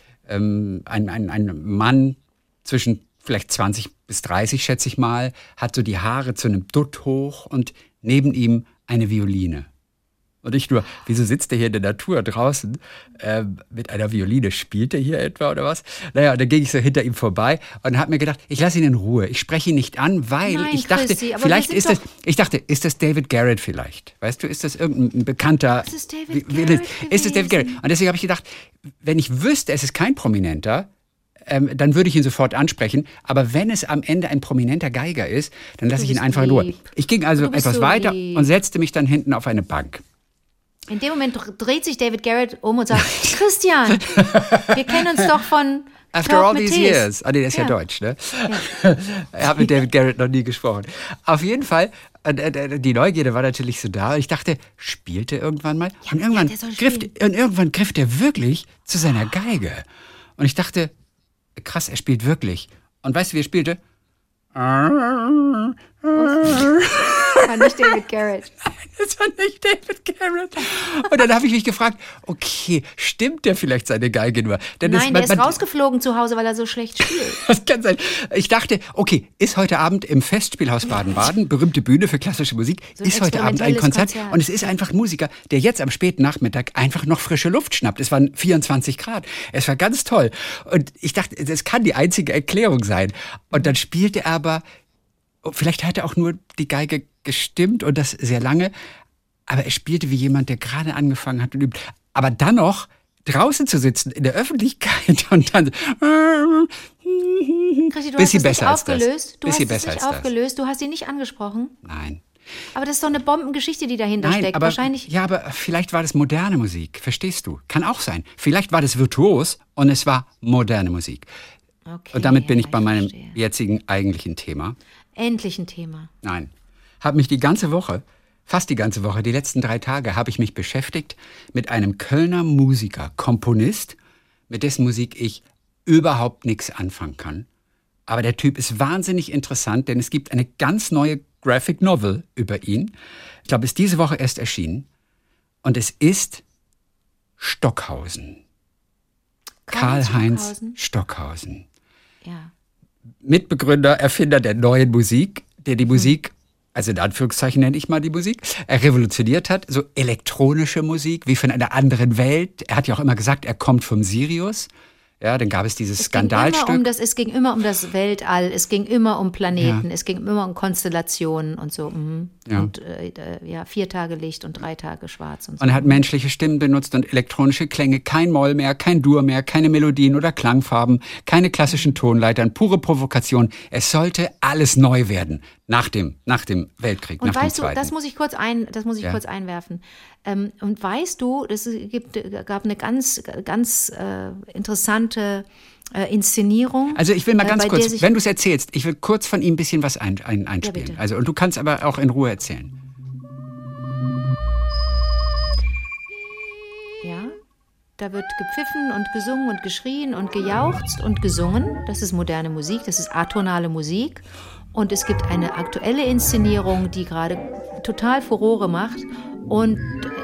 Ein Mann zwischen vielleicht 20 bis 30, schätze ich mal, hat so die Haare zu einem Dutt hoch und neben ihm eine Violine. Und ich nur, wieso sitzt der hier in der Natur draußen mit einer Violine? Spielt er hier etwa oder was? Naja, dann ging ich so hinter ihm vorbei und habe mir gedacht, ich lasse ihn in Ruhe. Ich spreche ihn nicht an, weil ich dachte, Chrissy, vielleicht ist das, ist das David Garrett vielleicht? Weißt du, ist das irgendein bekannter... Das ist David Garrett Ist es David Garrett? Und deswegen habe ich gedacht, wenn ich wüsste, es ist kein Prominenter, dann würde ich ihn sofort ansprechen. Aber wenn es am Ende ein prominenter Geiger ist, dann lasse ich ihn einfach in Ruhe. Ich ging also etwas weiter und setzte mich dann hinten auf eine Bank. In dem Moment dreht sich David Garrett um und sagt, Christian, wir kennen uns doch von After all these years. Ah, nee, der ist ja deutsch, ne? Ja. Er hat mit David Garrett noch nie gesprochen. Auf jeden Fall, die Neugierde war natürlich so da. Ich dachte, spielt er irgendwann mal? Ja, und irgendwann griff der wirklich zu seiner Geige. Und ich dachte, krass, er spielt wirklich. Und weißt du, wie er spielte? War nicht David Garrett. Nein, das war nicht David Garrett. Und dann habe ich mich gefragt, okay, stimmt der vielleicht seine Geige nur? Denn nein, der ist rausgeflogen zu Hause, weil er so schlecht spielt. Das kann sein. Ich dachte, okay, ist heute Abend im Festspielhaus Baden-Baden, berühmte Bühne für klassische Musik, so ist heute Abend ein Konzert. Und es ist einfach ein Musiker, der jetzt am späten Nachmittag einfach noch frische Luft schnappt. Es waren 24 Grad. Es war ganz toll. Und ich dachte, das kann die einzige Erklärung sein. Und dann spielte er aber, vielleicht hat er auch nur die Geige gestimmt und das sehr lange, aber er spielte wie jemand, der gerade angefangen hat und übt. Aber dann noch draußen zu sitzen in der Öffentlichkeit und dann Christi, du hast es nicht aufgelöst. Du hast es nicht aufgelöst. Du hast ihn nicht angesprochen. Nein. Aber das ist doch eine Bombengeschichte, die dahinter steckt. Aber, wahrscheinlich. Ja, aber vielleicht war das moderne Musik. Verstehst du? Kann auch sein. Vielleicht war das virtuos und es war moderne Musik. Okay, und damit bin ich bei meinem jetzigen eigentlichen Thema. Endlich ein Thema. Nein. Habe mich die ganze Woche, fast die ganze Woche, die letzten 3 Tage, habe ich mich beschäftigt mit einem Kölner Musiker, Komponist, mit dessen Musik ich überhaupt nichts anfangen kann. Aber der Typ ist wahnsinnig interessant, denn es gibt eine ganz neue Graphic Novel über ihn. Ich glaube, es ist diese Woche erst erschienen. Und es ist Stockhausen. Karl-Heinz Stockhausen. Ja. Mitbegründer, Erfinder der neuen Musik, der die Musik, also in Anführungszeichen nenne ich mal die Musik, revolutioniert hat. So elektronische Musik, wie von einer anderen Welt. Er hat ja auch immer gesagt, er kommt vom Sirius. Ja, dann gab es dieses Skandalstück. Es ging immer um das Weltall, es ging immer um Planeten, es ging immer um Konstellationen und so. Ja. Und 4 Tage Licht und 3 Tage Schwarz und so. Und er hat menschliche Stimmen benutzt und elektronische Klänge, kein Moll mehr, kein Dur mehr, keine Melodien oder Klangfarben, keine klassischen Tonleitern, pure Provokation. Es sollte alles neu werden nach dem Weltkrieg, und nach dem Zweiten. Und das muss ich kurz einwerfen. Und weißt du, es gab eine ganz interessante Inszenierung. Also ich will mal ganz kurz, wenn du es erzählst, ich will kurz von ihm ein bisschen was einspielen. Ja, also, und du kannst aber auch in Ruhe erzählen. Ja, da wird gepfiffen und gesungen und geschrien und gejauchzt und gesungen. Das ist moderne Musik, das ist atonale Musik. Und es gibt eine aktuelle Inszenierung, die gerade total Furore macht. Und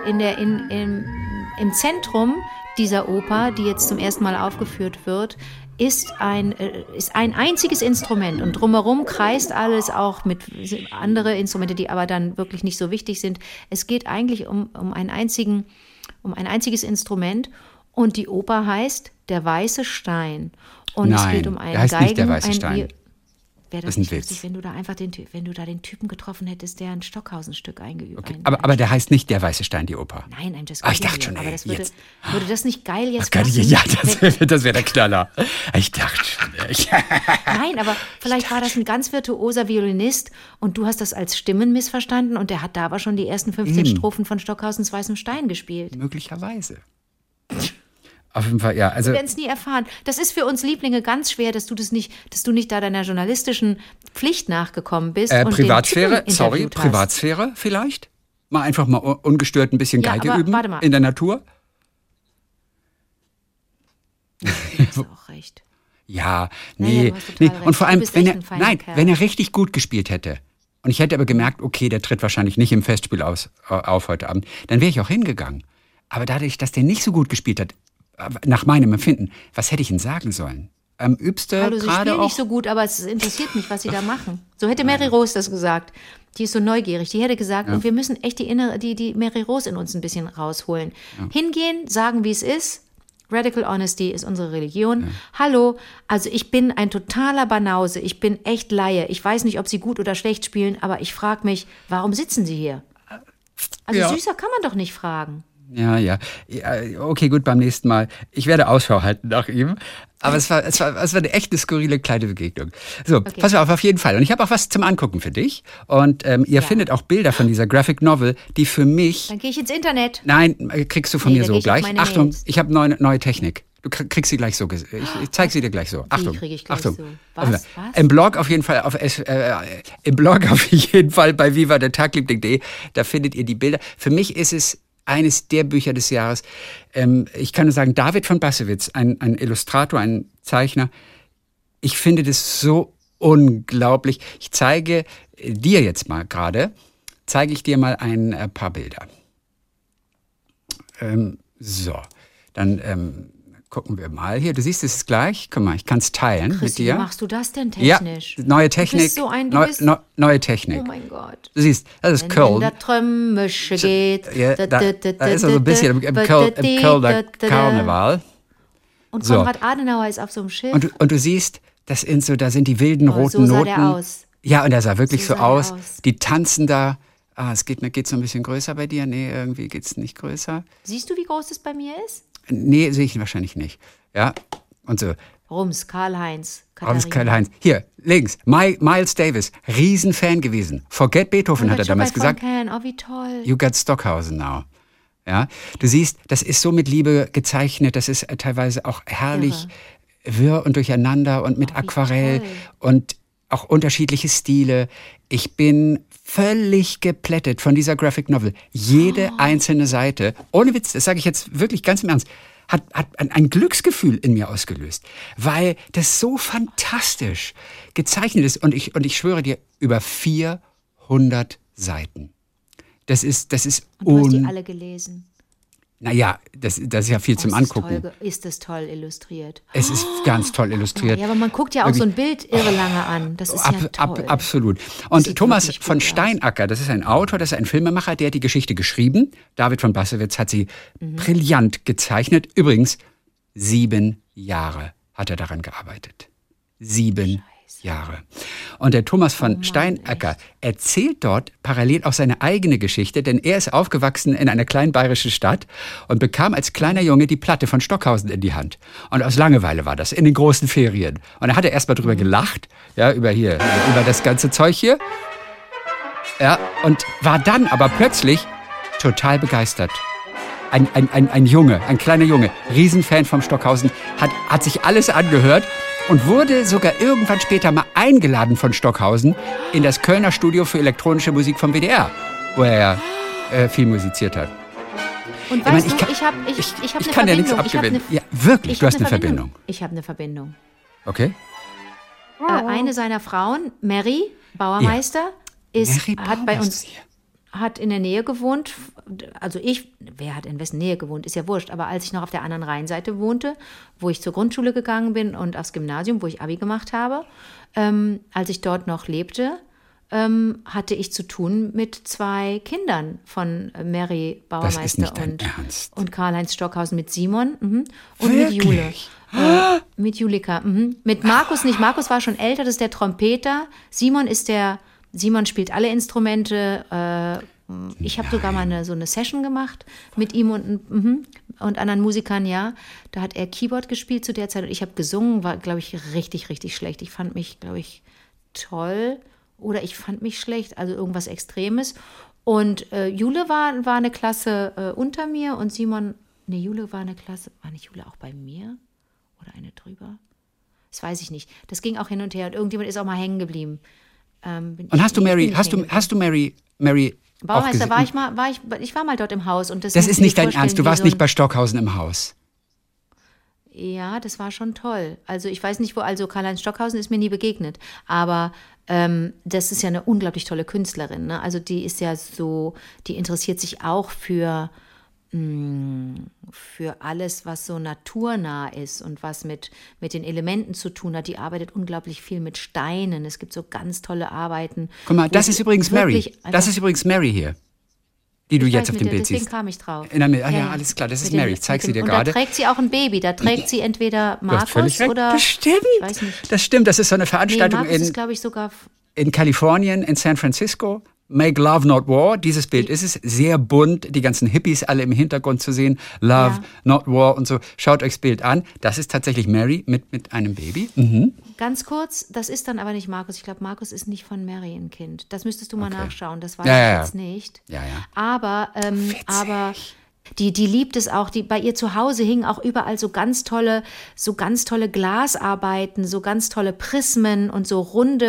im Zentrum dieser Oper, die jetzt zum ersten Mal aufgeführt wird, ist ein einziges Instrument. Und drumherum kreist alles auch mit andere Instrumente, die aber dann wirklich nicht so wichtig sind. Es geht eigentlich um ein einziges Instrument. Und die Oper heißt Der Weiße Stein. Und Nein, es geht um einen heißt nicht Der Weiße Stein. Wäre das nicht lustig, wenn du da den Typen getroffen hättest, der ein Stockhausen-Stück eingeübt hat. Okay. Aber der heißt nicht Der Weiße Stein, die Oper. Nein, I'm just ich dachte schon, aber das würde das nicht geil jetzt passen? Ja, das wäre der Knaller. Ich dachte schon. Nein, aber vielleicht war das ein ganz virtuoser Violinist und du hast das als Stimmen missverstanden und der hat da aber schon die ersten 15 Strophen von Stockhausens Weißem Stein gespielt. Möglicherweise. Auf jeden Fall, ja. Also, wir werden es nie erfahren. Das ist für uns Lieblinge ganz schwer, dass du nicht da deiner journalistischen Pflicht nachgekommen bist. Und Privatsphäre, Privatsphäre vielleicht? Mal einfach mal ungestört ein bisschen Geige üben warte mal. In der Natur? Du hast auch recht. Ja, Naja, nee. du hast total recht. Und vor allem, Du bist echt ein feiner Kerl. wenn er richtig gut gespielt hätte, und ich hätte aber gemerkt, okay, der tritt wahrscheinlich nicht im Festspiel auf heute Abend, dann wäre ich auch hingegangen. Aber dadurch, dass der nicht so gut gespielt hat, nach meinem Empfinden, was hätte ich denn sagen sollen? Übste Hallo, sie gerade spielen auch... nicht so gut, aber es interessiert mich, was sie da machen. So hätte Mary Rose das gesagt. Die ist so neugierig. Die hätte gesagt, und wir müssen echt die Mary Rose in uns ein bisschen rausholen. Ja. Hingehen, sagen, wie es ist. Radical Honesty ist unsere Religion. Ja. Hallo, also ich bin ein totaler Banause. Ich bin echt Laie. Ich weiß nicht, ob sie gut oder schlecht spielen, aber ich frage mich, warum sitzen sie hier? Also süßer kann man doch nicht fragen. Ja. Okay, gut, beim nächsten Mal. Ich werde Ausschau halten nach ihm. Aber es war eine echt skurrile kleine Begegnung. So, okay. Pass auf jeden Fall. Und ich habe auch was zum Angucken für dich. Und ihr findet auch Bilder von dieser Graphic Novel, die für mich... Dann gehe ich ins Internet. Nein, kriegst du von mir so gleich. Achtung, Mails. Ich habe neue Technik. Du kriegst sie gleich so. Ich zeige sie dir gleich so. Achtung. Krieg ich gleich Achtung. So. Was? Im Blog auf jeden Fall bei vivadertagliebling.de, da findet ihr die Bilder. Für mich ist es eines der Bücher des Jahres. Ich kann nur sagen, David von Bassewitz, ein Illustrator, ein Zeichner. Ich finde das so unglaublich. Ich zeige dir jetzt mal mal ein paar Bilder. So, dann gucken wir mal hier. Du siehst es gleich. Guck mal, ich kann es teilen mit dir. Wie machst du das denn technisch? Ja, neue Technik. Neue Technik. Oh mein Gott. Du siehst, das ist Köln. Wenn der Trömmische geht. Ja, da ist er so ein bisschen im Kölner Karneval. Und Konrad Adenauer ist auf so einem Schiff. Und du siehst, da sind die wilden roten Noten. So sah der aus. Ja, und er sah wirklich so aus. Die tanzen da. Es geht so ein bisschen größer bei dir. Nee, irgendwie geht es nicht größer. Siehst du, wie groß es bei mir ist? Nee, sehe ich wahrscheinlich nicht. Ja, und so. Rums, Karl-Heinz. Hier, links, Miles Davis, Riesenfan gewesen. Forget Beethoven, hat er damals gesagt. Oh, wie toll. You got Stockhausen now. Ja, du siehst, das ist so mit Liebe gezeichnet, das ist teilweise auch herrlich wirr und durcheinander und mit Aquarell und auch unterschiedliche Stile. Ich bin völlig geplättet von dieser Graphic Novel. Jede einzelne Seite, ohne Witz, das sage ich jetzt wirklich ganz im Ernst, hat ein Glücksgefühl in mir ausgelöst, weil das so fantastisch gezeichnet ist. Und ich schwöre dir, über 400 Seiten. Das ist und du hast die alle gelesen? Naja, das ist ja viel zum Angucken. Ist es toll illustriert? Es ist ganz toll illustriert. Ja, aber man guckt ja auch so ein Bild irre lange an. Das ist ja toll. Absolut. Und Thomas von Steinacker, das ist ein Autor, das ist ein Filmemacher, der hat die Geschichte geschrieben. David von Bassewitz hat sie brillant gezeichnet. Übrigens, 7 Jahre hat er daran gearbeitet. 7 Jahre. Und der Thomas von Steinacker erzählt dort parallel auch seine eigene Geschichte, denn er ist aufgewachsen in einer kleinen bayerischen Stadt und bekam als kleiner Junge die Platte von Stockhausen in die Hand. Und aus Langeweile war das, in den großen Ferien. Und er hatte erst mal drüber gelacht, über das ganze Zeug hier. Ja, und war dann aber plötzlich total begeistert. Ein kleiner Junge, Riesenfan vom Stockhausen, hat sich alles angehört und wurde sogar irgendwann später mal eingeladen von Stockhausen in das Kölner Studio für elektronische Musik vom WDR, wo er viel musiziert hat. Und weißt du, ich habe ich kann dir nichts abgewinnen. Ja, wirklich, du hast eine Verbindung. Ich habe eine Verbindung. Okay. Eine seiner Frauen, Mary Bauermeister, hat in der Nähe gewohnt, also wer hat in wessen Nähe gewohnt, ist ja wurscht, aber als ich noch auf der anderen Rheinseite wohnte, wo ich zur Grundschule gegangen bin und aufs Gymnasium, wo ich Abi gemacht habe, als ich dort noch lebte, hatte ich zu tun mit 2 Kindern von Mary Bauermeister und Karl-Heinz Stockhausen, mit Simon und mit Jule. Mit Julika. Mit Markus nicht. Markus war schon älter, das ist der Trompeter. Simon spielt alle Instrumente. Ich habe sogar mal so eine Session gemacht mit ihm und anderen Musikern, ja. Da hat er Keyboard gespielt zu der Zeit und ich habe gesungen, war, glaube ich, richtig, richtig schlecht. Ich fand mich, glaube ich, toll oder ich fand mich schlecht, also irgendwas Extremes. Und Jule war eine Klasse unter mir und Simon Nee, Jule war eine Klasse. War nicht Jule auch bei mir? Oder eine drüber? Das weiß ich nicht. Das ging auch hin und her und irgendjemand ist auch mal hängen geblieben. Und hast du Mary Baumeister auch war ich war mal dort im Haus. Und das ist nicht dein Ernst, du warst nicht bei Stockhausen im Haus. Ja, das war schon toll. Also ich weiß nicht, also Karl-Heinz Stockhausen ist mir nie begegnet, aber das ist ja eine unglaublich tolle Künstlerin. Ne? Also die ist ja so, die interessiert sich auch für alles, was so naturnah ist und was mit den Elementen zu tun hat. Die arbeitet unglaublich viel mit Steinen. Es gibt so ganz tolle Arbeiten. Guck mal, das ist übrigens Mary. Das ist übrigens Mary hier, die du jetzt auf dem Bild siehst. Deswegen kam ich drauf. Ja, alles klar, das ist Mary. Ich zeig sie dir gerade. Und da trägt sie auch ein Baby. Da trägt sie entweder Markus oder... Das stimmt. Ich weiß nicht. Das stimmt, das ist so eine Veranstaltung Markus ist, glaube ich, sogar... in Kalifornien, in San Francisco. Make Love Not War, dieses Bild ist es, sehr bunt, die ganzen Hippies alle im Hintergrund zu sehen, Love Not War und so. Schaut euch das Bild an, das ist tatsächlich Mary mit einem Baby. Mhm. Ganz kurz, das ist dann aber nicht Markus. Ich glaube, Markus ist nicht von Mary ein Kind. Das müsstest du mal nachschauen, das weiß ich jetzt nicht. Ja. Aber die liebt es auch, bei ihr zu Hause hingen auch überall so ganz tolle Glasarbeiten, so ganz tolle Prismen und so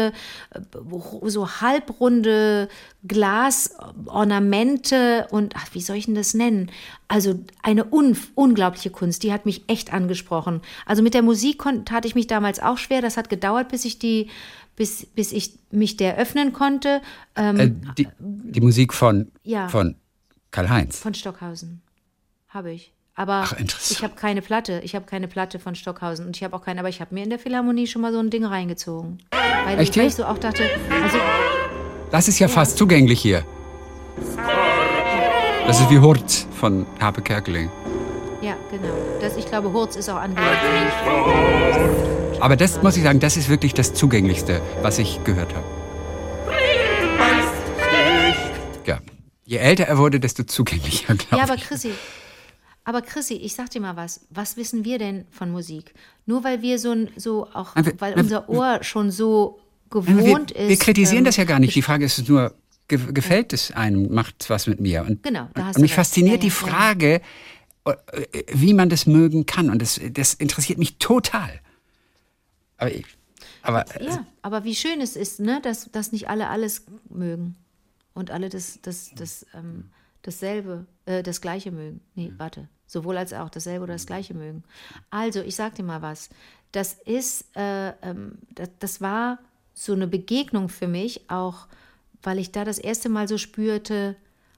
halbrunde Glasornamente und, wie soll ich denn das nennen? Also eine unglaubliche Kunst, die hat mich echt angesprochen. Also mit der Musik tat ich mich damals auch schwer, das hat gedauert, bis ich mich der öffnen konnte. Die Musik von Karl-Heinz. Von Stockhausen habe ich. Aber ich habe keine Platte. Ich habe keine Platte von Stockhausen und ich habe auch keine. Aber ich habe mir in der Philharmonie schon mal so ein Ding reingezogen. Weil ich so auch dachte, das ist ja fast zugänglich hier. Das ist wie Hurz von Harpe Kerkeling. Ja, genau. Ich glaube, Hurz ist auch angelegt. Aber das muss ich sagen, das ist wirklich das Zugänglichste, was ich gehört habe. Ja. Je älter er wurde, desto zugänglicher, glaube ich. Ja, aber Chrissy, ich sag dir mal was. Was wissen wir denn von Musik? Nur weil wir weil unser Ohr schon so gewohnt ist. Wir kritisieren das ja gar nicht. Die Frage ist nur, gefällt es einem, macht es was mit mir? Und, genau, da hast und mich fasziniert die Frage, wie man das mögen kann. Und das interessiert mich total. Aber wie schön es ist, ne, dass nicht alle alles mögen. Und alle dasselbe, das Gleiche mögen. Nee, warte. Sowohl als auch dasselbe oder das Gleiche mögen. Also, ich sag dir mal was. Das war so eine Begegnung für mich, auch weil ich da das erste Mal so spürte,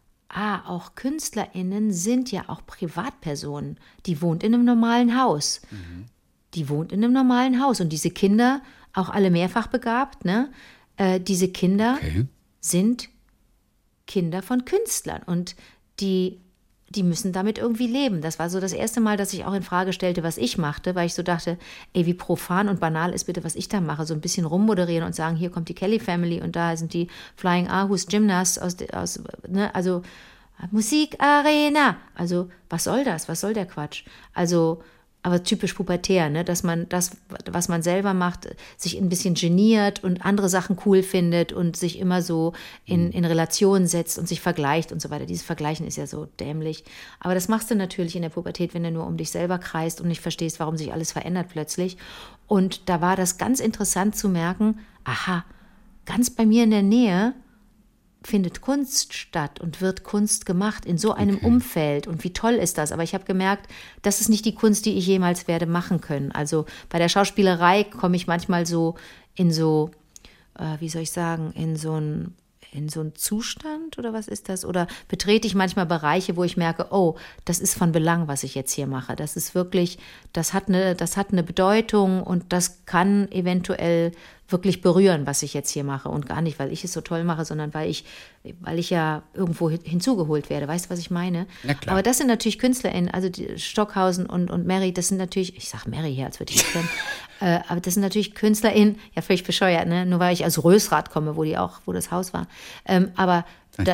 auch KünstlerInnen sind ja auch Privatpersonen. Die wohnt in einem normalen Haus. Mhm. Die wohnt in einem normalen Haus. Und diese Kinder, auch alle mehrfach begabt, ne? Diese Kinder sind Kinder von Künstlern und die müssen damit irgendwie leben. Das war so das erste Mal, dass ich auch in Frage stellte, was ich machte, weil ich so dachte, wie profan und banal ist bitte, was ich da mache. So ein bisschen rummoderieren und sagen, hier kommt die Kelly Family und da sind die Flying Aarhus Gymnasts also Musikarena. Also was soll das? Was soll der Quatsch? Also aber typisch pubertär, ne? Dass man das, was man selber macht, sich ein bisschen geniert und andere Sachen cool findet und sich immer so in Relation setzt und sich vergleicht und so weiter. Dieses Vergleichen ist ja so dämlich. Aber das machst du natürlich in der Pubertät, wenn du nur um dich selber kreist und nicht verstehst, warum sich alles verändert plötzlich. Und da war das ganz interessant zu merken, ganz bei mir in der Nähe findet Kunst statt und wird Kunst gemacht in so einem Umfeld und wie toll ist das, aber ich habe gemerkt, das ist nicht die Kunst, die ich jemals werde machen können. Also bei der Schauspielerei komme ich manchmal so in so, wie soll ich sagen, in so ein Zustand oder was ist das? Oder betrete ich manchmal Bereiche, wo ich merke, das ist von Belang, was ich jetzt hier mache. Das ist wirklich, das hat eine Bedeutung und das kann eventuell wirklich berühren, was ich jetzt hier mache. Und gar nicht, weil ich es so toll mache, sondern weil ich ja irgendwo hinzugeholt werde. Weißt du, was ich meine? Ja, klar. Aber das sind natürlich KünstlerInnen, also die Stockhausen und Mary, das sind natürlich, ich sag Mary hier, als würde ich es kennen, aber das sind natürlich KünstlerInnen, ja völlig bescheuert, ne? Nur weil ich aus Rösrath komme, wo das Haus war. Aber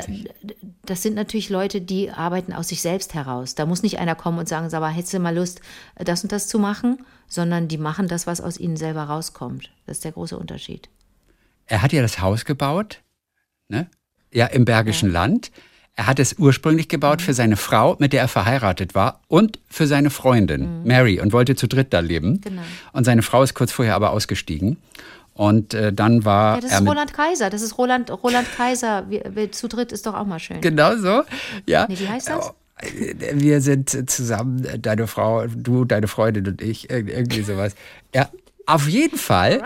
das sind natürlich Leute, die arbeiten aus sich selbst heraus. Da muss nicht einer kommen und sagen, aber hättest du mal Lust, das und das zu machen? Sondern die machen das, was aus ihnen selber rauskommt. Das ist der große Unterschied. Er hat ja das Haus gebaut, ne? Ja, im Bergischen Land. Er hat es ursprünglich gebaut für seine Frau, mit der er verheiratet war, und für seine Freundin Mary und wollte zu dritt da leben. Genau. Und seine Frau ist kurz vorher aber ausgestiegen. Und dann war das ist Roland Kaiser. Das ist Roland Kaiser. Wir zu dritt ist doch auch mal schön. Genau so. Ja. Nee, wie heißt das? Wir sind zusammen, deine Frau, du, deine Freundin und ich, irgendwie sowas. Ja, auf jeden Fall.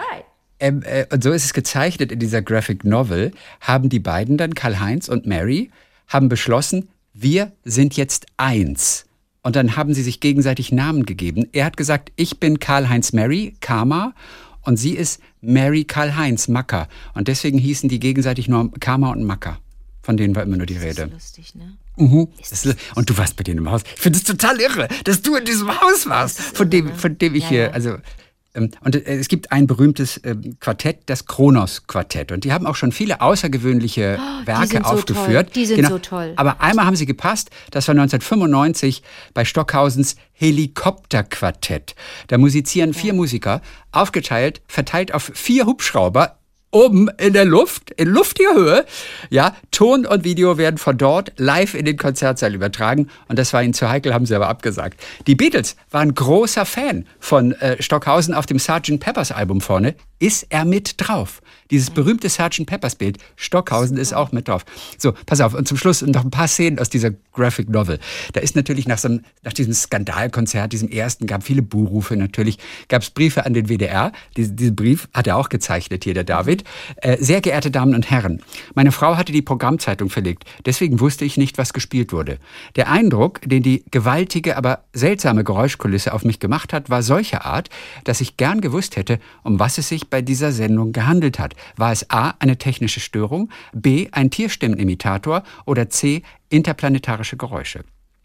Und so ist es gezeichnet in dieser Graphic Novel, haben die beiden dann, Karl-Heinz und Mary, haben beschlossen, wir sind jetzt eins. Und dann haben sie sich gegenseitig Namen gegeben. Er hat gesagt, ich bin Karl-Heinz Mary, Karma, und sie ist Mary Karl-Heinz, Macker. Und deswegen hießen die gegenseitig nur Karma und Macker. Von denen war immer nur die Rede. Das ist lustig, ne? Mhm. Und du warst bei denen im Haus. Ich finde es total irre, dass du in diesem Haus warst, von dem ich hier, also... Und es gibt ein berühmtes Quartett, das Kronos-Quartett. Und die haben auch schon viele außergewöhnliche Werke aufgeführt. Die sind so toll. Aber einmal haben sie gepasst, das war 1995 bei Stockhausens Helikopterquartett. Da musizieren 4 Musiker, aufgeteilt, verteilt auf 4 Hubschrauber, oben in der Luft, in luftiger Höhe. Ja, Ton und Video werden von dort live in den Konzertsaal übertragen. Und das war ihnen zu heikel, haben sie aber abgesagt. Die Beatles waren großer Fan von Stockhausen. Auf dem Sgt. Peppers Album vorne ist er mit drauf. Dieses berühmte Sgt. Peppers Bild, Stockhausen ist auch mit drauf. So, pass auf. Und zum Schluss noch ein paar Szenen aus dieser Graphic Novel. Da ist natürlich nach diesem Skandalkonzert, diesem ersten, gab viele Buhrufe natürlich, gab es Briefe an den WDR. Diesen Brief hat er auch gezeichnet hier, der David. Sehr geehrte Damen und Herren, meine Frau hatte die Programmzeitung verlegt, deswegen wusste ich nicht, was gespielt wurde. Der Eindruck, den die gewaltige, aber seltsame Geräuschkulisse auf mich gemacht hat, war solcher Art, dass ich gern gewusst hätte, um was es sich bei dieser Sendung gehandelt hat. War es A, eine technische Störung, B, ein Tierstimmenimitator oder C, interplanetarische Geräusche?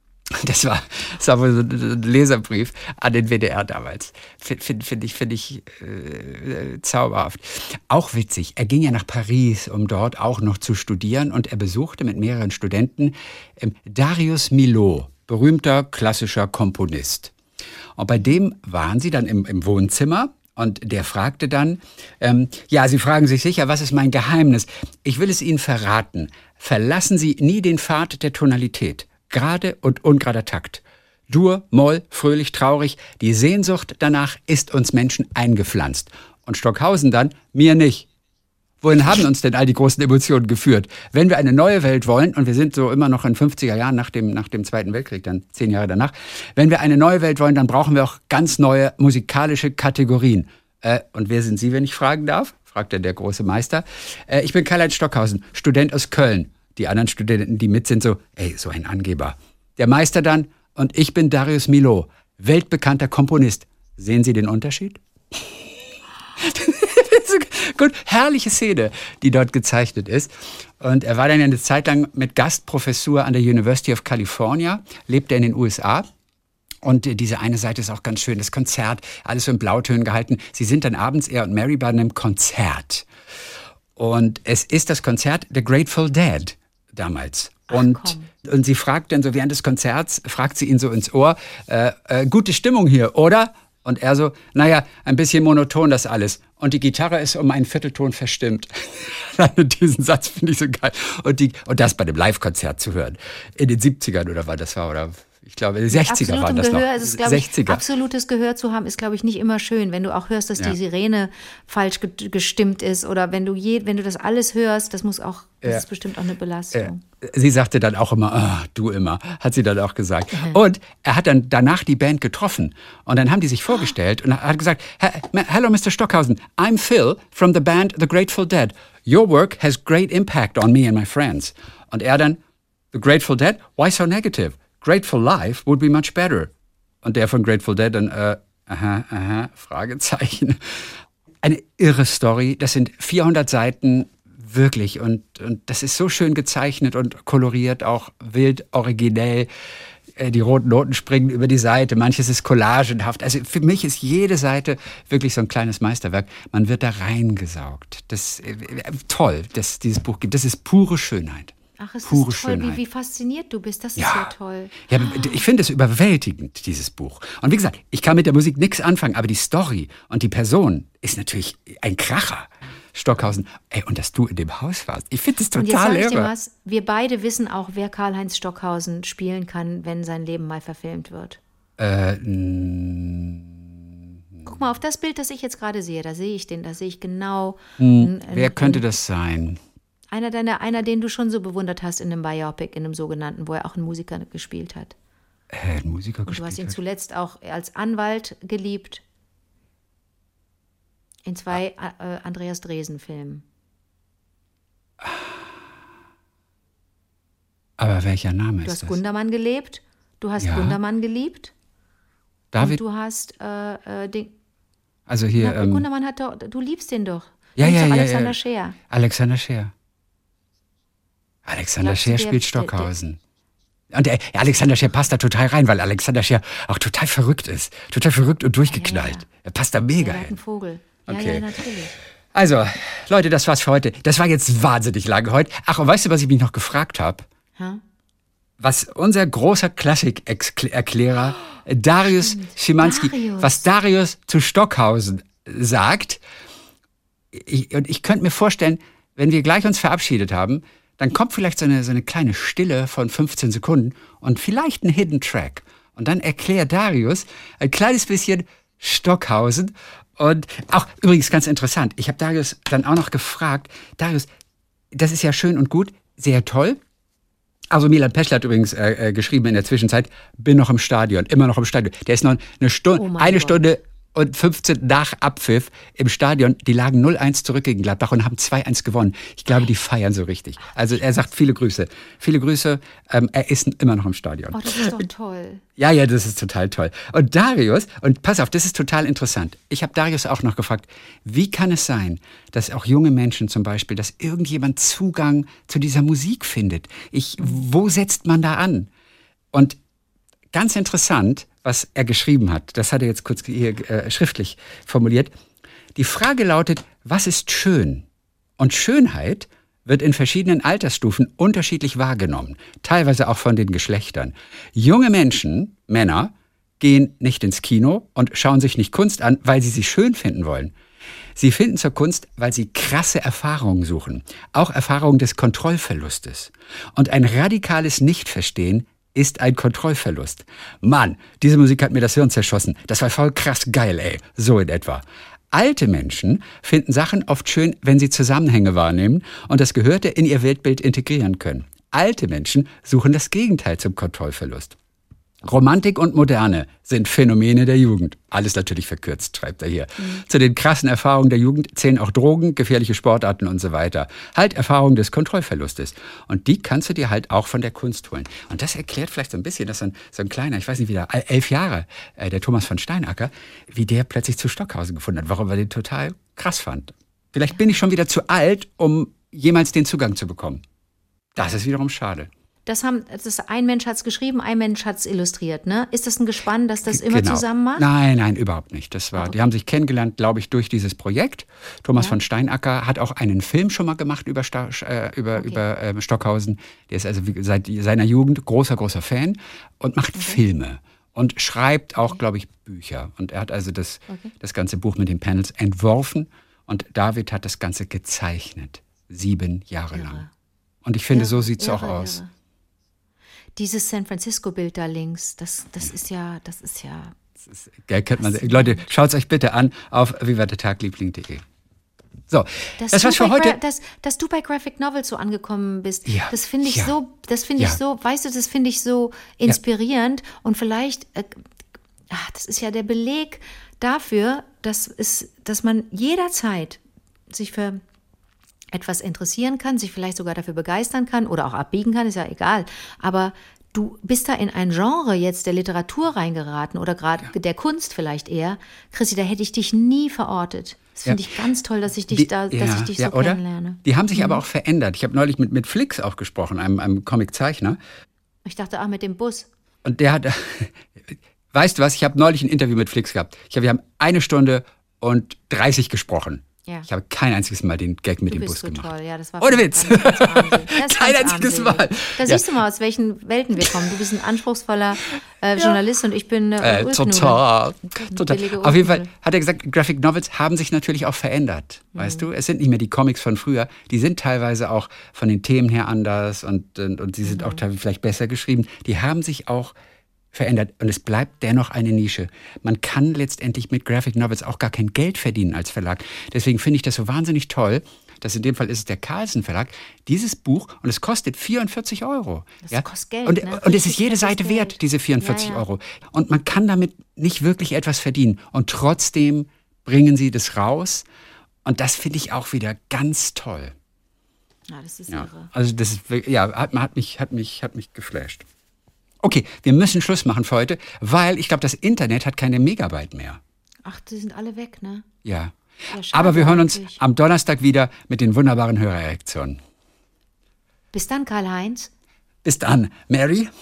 Das war wohl so ein Leserbrief an den WDR damals. Finde ich zauberhaft. Auch witzig, er ging ja nach Paris, um dort auch noch zu studieren, und er besuchte mit mehreren Studenten Darius Milhaud, berühmter klassischer Komponist. Und bei dem waren sie dann im Wohnzimmer. Und der fragte dann, Sie fragen sich sicher, was ist mein Geheimnis? Ich will es Ihnen verraten. Verlassen Sie nie den Pfad der Tonalität. Gerade und ungerader Takt. Dur, Moll, fröhlich, traurig. Die Sehnsucht danach ist uns Menschen eingepflanzt. Und Stockhausen dann, mir nicht. Wohin haben uns denn all die großen Emotionen geführt? Wenn wir eine neue Welt wollen, und wir sind so immer noch in 50er Jahren nach dem Zweiten Weltkrieg, dann 10 Jahre danach, wenn wir eine neue Welt wollen, dann brauchen wir auch ganz neue musikalische Kategorien. Und wer sind Sie, wenn ich fragen darf? Fragte der große Meister. Ich bin Karl-Heinz Stockhausen, Student aus Köln. Die anderen Studenten, die mit sind, so ein Angeber. Der Meister dann, und ich bin Darius Milhaud, weltbekannter Komponist. Sehen Sie den Unterschied? Gut, herrliche Szene, die dort gezeichnet ist. Und er war dann eine Zeit lang mit Gastprofessur an der University of California, lebte in den USA. Und diese eine Seite ist auch ganz schön, das Konzert, alles so in Blautönen gehalten. Sie sind dann abends, er und Mary, bei einem Konzert. Und es ist das Konzert The Grateful Dead damals. Und sie fragt dann so während des Konzerts, fragt sie ihn so ins Ohr, gute Stimmung hier, oder? Und er so, naja, ein bisschen monoton das alles. Und die Gitarre ist um einen Viertelton verstimmt. Diesen Satz finde ich so geil. Und das bei dem Live-Konzert zu hören. In den 70ern oder was das war, oder... Ich glaube, 60er waren das Gehör, noch. ist es, 60er. Absolutes Gehör zu haben, ist, glaube ich, nicht immer schön. Wenn du auch hörst, dass die Sirene falsch gestimmt ist, oder wenn du das alles hörst, das ist bestimmt auch eine Belastung. Sie sagte dann auch immer, du immer, hat sie dann auch gesagt. Und er hat dann danach die Band getroffen. Und dann haben die sich vorgestellt und er hat gesagt, hello Mr. Stockhausen, I'm Phil from the band The Grateful Dead. Your work has great impact on me and my friends. Und er dann, The Grateful Dead? Why so negative? Grateful Life would be much better. Und der von Grateful Dead dann, Fragezeichen. Eine irre Story. Das sind 400 Seiten, wirklich. Und das ist so schön gezeichnet und koloriert, auch wild, originell. Die roten Noten springen über die Seite. Manches ist collagenhaft. Also für mich ist jede Seite wirklich so ein kleines Meisterwerk. Man wird da reingesaugt. Das toll, dass dieses Buch gibt. Das ist pure Schönheit. Ach, es ist toll, wie fasziniert du bist. Das ist ja toll. Ja, ich finde es überwältigend, dieses Buch. Und wie gesagt, ich kann mit der Musik nichts anfangen, aber die Story und die Person ist natürlich ein Kracher. Stockhausen. Ey, und dass du in dem Haus warst. Ich finde das Und jetzt total sag ich dir irre. was, wir beide wissen auch, wer Karl-Heinz Stockhausen spielen kann, wenn sein Leben mal verfilmt wird. Guck mal auf das Bild, das ich jetzt gerade sehe. Da sehe ich genau. Wer könnte das sein? Einer, den du schon so bewundert hast in einem Biopic, in einem sogenannten, wo er auch einen Musiker gespielt hat. Ein Musiker Und du gespielt hast ihn hat? zuletzt auch als Anwalt geliebt. In 2 Andreas Dresen-Filmen. Aber welcher Name Du ist hast das? Gundermann gelebt. Du hast Ja. Gundermann geliebt. David, Und du hast den. also hier, Gundermann hat doch. Du liebst den doch. ja, Du liebst ja, doch ja, Alexander ja. Scheer. Alexander Scheer. Alexander Glaubst du, Scheer der- spielt Stockhausen. Und Alexander Scheer passt da total rein, weil Alexander Scheer auch total verrückt ist. Total verrückt und durchgeknallt. Ja. Er passt da mega Der hat einen hin. Vogel. Okay. Ja, natürlich. Also, Leute, das war's für heute. Das war jetzt wahnsinnig lange heute. Ach, und weißt du, was ich mich noch gefragt habe? Ha? Was unser großer Klassik-Erklärer Darius Schimanski, Darius. was Darius zu Stockhausen sagt. Und ich könnte mir vorstellen, wenn wir gleich uns verabschiedet haben, dann kommt vielleicht so eine kleine Stille von 15 Sekunden und vielleicht ein Hidden Track. Und dann erklärt Darius ein kleines bisschen Stockhausen. Und auch übrigens ganz interessant, ich habe Darius dann auch noch gefragt, Darius, das ist ja schön und gut, sehr toll. Also Milan Peschler hat übrigens geschrieben in der Zwischenzeit, bin noch im Stadion, immer noch im Stadion. Der ist noch Oh mein eine Gott. Stunde und 15 nach Abpfiff im Stadion. Die lagen 0-1 zurück gegen Gladbach und haben 2-1 gewonnen. Ich glaube, die feiern so richtig. Also er sagt viele Grüße. Viele Grüße. Er ist immer noch im Stadion. Oh, das ist doch toll. Ja, das ist total toll. Und Darius, und pass auf, das ist total interessant. Ich habe Darius auch noch gefragt, wie kann es sein, dass auch junge Menschen zum Beispiel, dass irgendjemand Zugang zu dieser Musik findet? Wo setzt man da an? Und ganz interessant, was er geschrieben hat, das hat er jetzt kurz hier schriftlich formuliert. Die Frage lautet, was ist schön? Und Schönheit wird in verschiedenen Altersstufen unterschiedlich wahrgenommen, teilweise auch von den Geschlechtern. Junge Menschen, Männer, gehen nicht ins Kino und schauen sich nicht Kunst an, weil sie schön finden wollen. Sie finden zur Kunst, weil sie krasse Erfahrungen suchen, auch Erfahrungen des Kontrollverlustes. Und ein radikales Nichtverstehen ist ein Kontrollverlust. Mann, diese Musik hat mir das Hirn zerschossen. Das war voll krass geil, ey. So in etwa. Alte Menschen finden Sachen oft schön, wenn sie Zusammenhänge wahrnehmen und das Gehörte in ihr Weltbild integrieren können. Alte Menschen suchen das Gegenteil zum Kontrollverlust. Romantik und Moderne sind Phänomene der Jugend. Alles natürlich verkürzt, schreibt er hier. Zu den krassen Erfahrungen der Jugend zählen auch Drogen, gefährliche Sportarten und so weiter. Halt Erfahrungen des Kontrollverlustes. Und die kannst du dir halt auch von der Kunst holen. Und das erklärt vielleicht so ein bisschen, dass so ein kleiner, ich weiß nicht wie der, 11 Jahre, der Thomas von Steinacker, wie der plötzlich zu Stockhausen gefunden hat, warum er den total krass fand. Vielleicht bin ich schon wieder zu alt, um jemals den Zugang zu bekommen. Das ist wiederum schade. Ein Mensch hat es geschrieben, ein Mensch hat es illustriert, ne? Ist das ein Gespann, das das immer zusammen macht? Nein, überhaupt nicht. Die haben sich kennengelernt, glaube ich, durch dieses Projekt. Thomas von Steinacker hat auch einen Film schon mal gemacht über Stockhausen. Der ist also seit seiner Jugend großer Fan und macht Filme und schreibt auch, glaube ich, Bücher. Und er hat also das ganze Buch mit den Panels entworfen und David hat das Ganze gezeichnet. 7 Jahre lang. Und ich finde, so sieht es auch aus. Irre. Dieses San Francisco-Bild da links, das ist ja. Leute, schaut es euch bitte an auf vivadertagliebling.de. So, das war's für heute. Dass du bei Graphic Novels so angekommen bist, Ja, das finde ich ja. das finde ich so inspirierend und vielleicht, das ist ja der Beleg dafür, dass man jederzeit sich für etwas interessieren kann, sich vielleicht sogar dafür begeistern kann oder auch abbiegen kann, ist ja egal. Aber du bist da in ein Genre jetzt der Literatur reingeraten oder gerade der Kunst vielleicht eher. Chrissy, da hätte ich dich nie verortet. Das finde ich ganz toll, dass ich dich so kennenlerne. Die haben sich aber auch verändert. Ich habe neulich mit Flix auch gesprochen, einem Comiczeichner. Ich dachte, mit dem Bus. Und der hat, weißt du was, ich habe neulich ein Interview mit Flix gehabt. Wir haben 1 Stunde und 30 gesprochen. Ja. Ich habe kein einziges Mal den Gag mit Du dem bist Bus so gemacht. toll, ja, das war Ohne Witz. ganz armselig. Das ist Kein ganz einziges armselig. Mal. Da siehst du mal, aus welchen Welten wir kommen. Du bist ein anspruchsvoller Journalist und ich bin Total. billige Auf jeden Fall Ulknudel. hat er gesagt, Graphic Novels haben sich natürlich auch verändert. Weißt du, es sind nicht mehr die Comics von früher. Die sind teilweise auch von den Themen her anders und sie sind auch teilweise vielleicht besser geschrieben. Die haben sich auch verändert und es bleibt dennoch eine Nische. Man kann letztendlich mit Graphic Novels auch gar kein Geld verdienen als Verlag. Deswegen finde ich das so wahnsinnig toll, dass in dem Fall ist es der Carlsen Verlag, dieses Buch, und es kostet 44 €. Das kostet Geld, Und, ne? und es ist Richtig jede fettes Seite Geld. wert, diese 44 Ja, ja. €. Und man kann damit nicht wirklich etwas verdienen. Und trotzdem bringen sie das raus. Und das finde ich auch wieder ganz toll. Ja, das ist Ja, irre. also das ist, hat mich geflasht. Okay, wir müssen Schluss machen für heute, weil ich glaube, das Internet hat keine Megabyte mehr. Ach, die sind alle weg, ne? Ja. Ja, schade Aber wir hören uns eigentlich. am Donnerstag wieder mit den wunderbaren Hörerreaktionen. Bis dann, Karl-Heinz. Bis dann, Mary.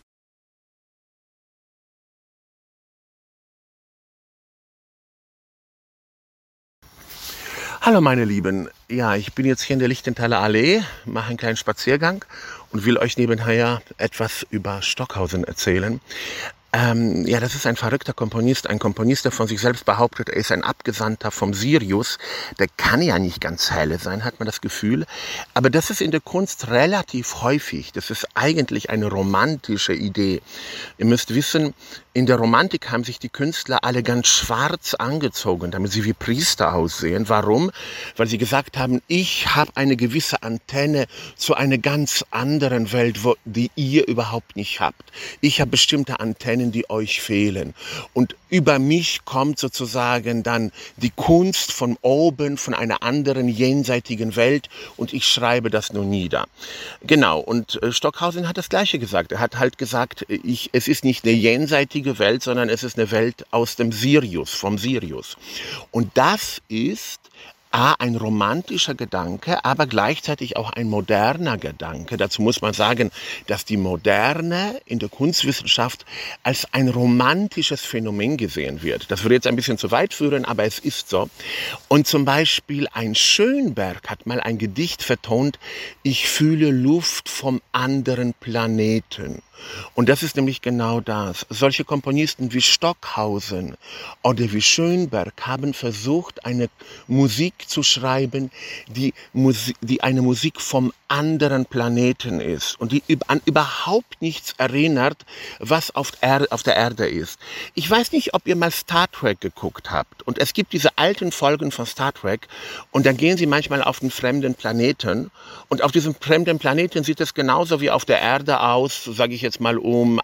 Hallo meine Lieben, ja, ich bin jetzt hier in der Lichtenthaler Allee, mache einen kleinen Spaziergang und will euch nebenher etwas über Stockhausen erzählen. Ja, das ist ein verrückter Komponist, ein Komponist, der von sich selbst behauptet, er ist ein Abgesandter vom Sirius. Der kann ja nicht ganz helle sein, hat man das Gefühl. Aber das ist in der Kunst relativ häufig. Das ist eigentlich eine romantische Idee. Ihr müsst wissen, in der Romantik haben sich die Künstler alle ganz schwarz angezogen, damit sie wie Priester aussehen. Warum? Weil sie gesagt haben, ich habe eine gewisse Antenne zu einer ganz anderen Welt, die ihr überhaupt nicht habt. Ich habe bestimmte Antennen, die euch fehlen. Und über mich kommt sozusagen dann die Kunst von oben, von einer anderen jenseitigen Welt und ich schreibe das nur nieder. Genau, und Stockhausen hat das Gleiche gesagt. Er hat halt gesagt, es ist nicht eine jenseitige Welt, sondern es ist eine Welt aus dem Sirius, vom Sirius. Und das ist ein romantischer Gedanke, aber gleichzeitig auch ein moderner Gedanke. Dazu muss man sagen, dass die Moderne in der Kunstwissenschaft als ein romantisches Phänomen gesehen wird. Das würde jetzt ein bisschen zu weit führen, aber es ist so. Und zum Beispiel ein Schönberg hat mal ein Gedicht vertont, ich fühle Luft vom anderen Planeten. Und das ist nämlich genau das. Solche Komponisten wie Stockhausen oder wie Schönberg haben versucht, eine Musik zu schreiben, die eine Musik vom anderen Planeten ist und die an überhaupt nichts erinnert, was auf der Erde ist. Ich weiß nicht, ob ihr mal Star Trek geguckt habt. Und es gibt diese alten Folgen von Star Trek und dann gehen sie manchmal auf einen fremden Planeten und auf diesem fremden Planeten sieht es genauso wie auf der Erde aus, sage ich jetzt mal um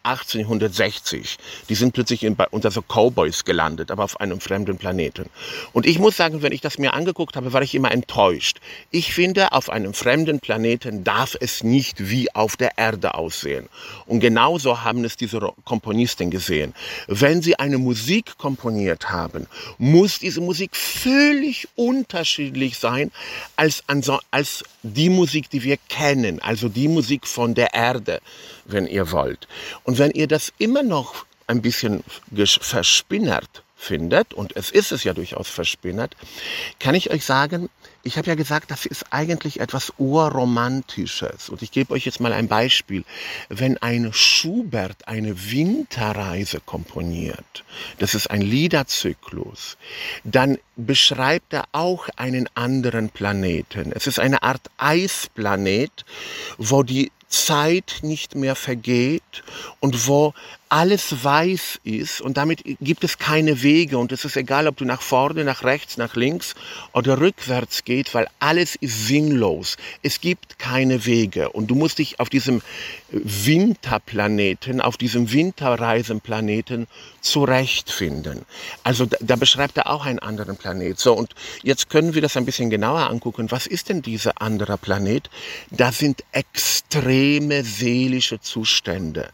1860. Die sind plötzlich unter so Cowboys gelandet, aber auf einem fremden Planeten. Und ich muss sagen, wenn ich das mir angeguckt habe, war ich immer enttäuscht. Ich finde, auf einem fremden Planeten darf es nicht wie auf der Erde aussehen. Und genauso haben es diese Komponisten gesehen. Wenn sie eine Musik komponiert haben, muss diese Musik völlig unterschiedlich sein als die Musik, die wir kennen, also die Musik von der Erde, wenn ihr wollt. Und wenn ihr das immer noch ein bisschen verspinnert findet, und es ist es ja durchaus verspinnert, kann ich euch sagen, ich habe ja gesagt, das ist eigentlich etwas Urromantisches. Und ich gebe euch jetzt mal ein Beispiel. Wenn ein Schubert eine Winterreise komponiert, das ist ein Liederzyklus, dann beschreibt er auch einen anderen Planeten. Es ist eine Art Eisplanet, wo die Zeit nicht mehr vergeht und wo alles weiß ist und damit gibt es keine Wege und es ist egal, ob du nach vorne, nach rechts, nach links oder rückwärts geht, weil alles ist sinnlos. Es gibt keine Wege und du musst dich auf diesem Winterplaneten, auf diesem Winterreisenplaneten zurechtfinden. Also da beschreibt er auch einen anderen Planet. So, und jetzt können wir das ein bisschen genauer angucken. Was ist denn dieser andere Planet? Da sind extreme seelische Zustände.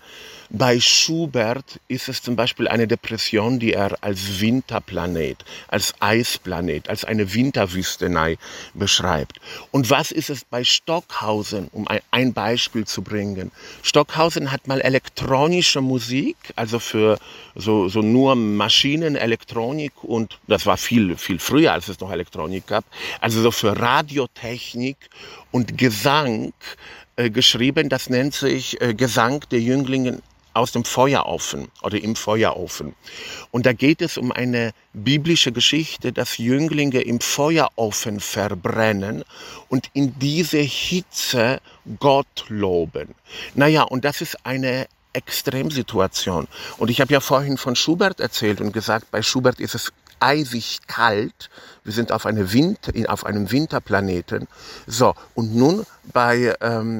Bei Schubert ist es zum Beispiel eine Depression, die er als Winterplanet, als Eisplanet, als eine Winterwüstenei beschreibt. Und was ist es bei Stockhausen, um ein Beispiel zu bringen? Stockhausen hat mal elektronische Musik, also für so nur Maschinen, Elektronik, und das war viel früher, als es noch Elektronik gab, also so für Radiotechnik und Gesang geschrieben. Das nennt sich Gesang der Jünglinge aus dem Feuerofen oder im Feuerofen. Und da geht es um eine biblische Geschichte, dass Jünglinge im Feuerofen verbrennen und in diese Hitze Gott loben. Naja, und das ist eine Extremsituation. Und ich habe ja vorhin von Schubert erzählt und gesagt, bei Schubert ist es eisig kalt. Wir sind auf einem Winterplaneten. So, und nun bei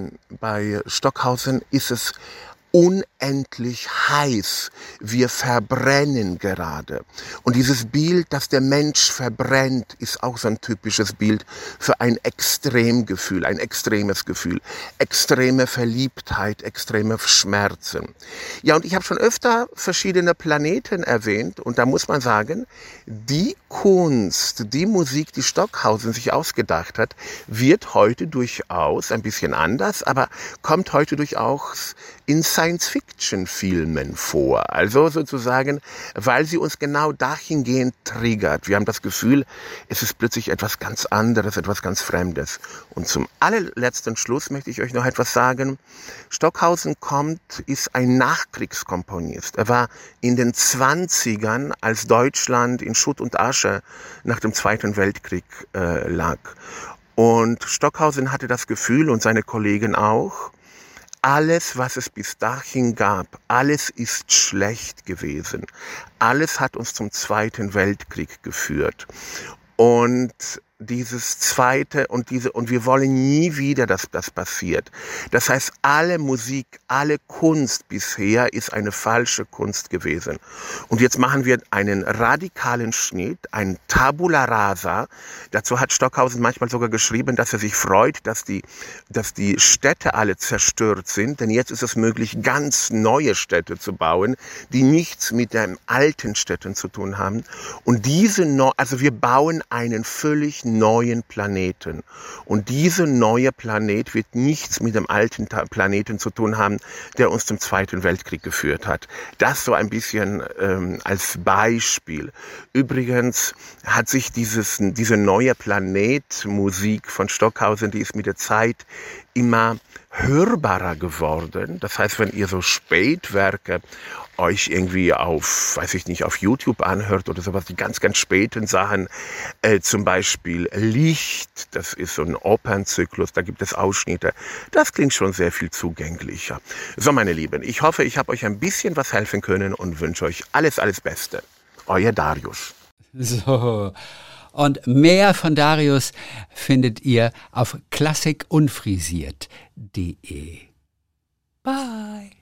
Stockhausen ist es unendlich heiß. Wir verbrennen gerade. Und dieses Bild, dass der Mensch verbrennt, ist auch so ein typisches Bild für ein Extremgefühl, ein extremes Gefühl. Extreme Verliebtheit, extreme Schmerzen. Ja, und ich habe schon öfter verschiedene Planeten erwähnt, und da muss man sagen, die Kunst, die Musik, die Stockhausen sich ausgedacht hat, wird heute durchaus ein bisschen anders, aber kommt heute durchaus in Science-Fiction-Filmen vor. Also sozusagen, weil sie uns genau dahingehend triggert. Wir haben das Gefühl, es ist plötzlich etwas ganz anderes, etwas ganz Fremdes. Und zum allerletzten Schluss möchte ich euch noch etwas sagen. Stockhausen ist ein Nachkriegskomponist. Er war in den 20ern, als Deutschland in Schutt und Asche nach dem Zweiten Weltkrieg lag. Und Stockhausen hatte das Gefühl, und seine Kollegen auch, alles, was es bis dahin gab, alles ist schlecht gewesen. Alles hat uns zum Zweiten Weltkrieg geführt. Und dieses Zweite und wir wollen nie wieder, dass das passiert. Das heißt, alle Musik, alle Kunst bisher ist eine falsche Kunst gewesen. Und jetzt machen wir einen radikalen Schnitt, ein Tabula rasa. Dazu hat Stockhausen manchmal sogar geschrieben, dass er sich freut, dass die Städte alle zerstört sind, denn jetzt ist es möglich, ganz neue Städte zu bauen, die nichts mit den alten Städten zu tun haben. Und also wir bauen einen völlig neuen Planeten. Und dieser neue Planet wird nichts mit dem alten Planeten zu tun haben, der uns zum Zweiten Weltkrieg geführt hat. Das so ein bisschen als Beispiel. Übrigens hat sich diese neue Planetmusik von Stockhausen, die ist mit der Zeit immer hörbarer geworden. Das heißt, wenn ihr so Spätwerke euch irgendwie auf YouTube anhört oder sowas, die ganz, ganz späten Sachen, zum Beispiel Licht, das ist so ein Opernzyklus, da gibt es Ausschnitte, das klingt schon sehr viel zugänglicher. So, meine Lieben, ich hoffe, ich habe euch ein bisschen was helfen können und wünsche euch alles, alles Beste. Euer Darius. So, und mehr von Darius findet ihr auf klassikunfrisiert.de. Bye.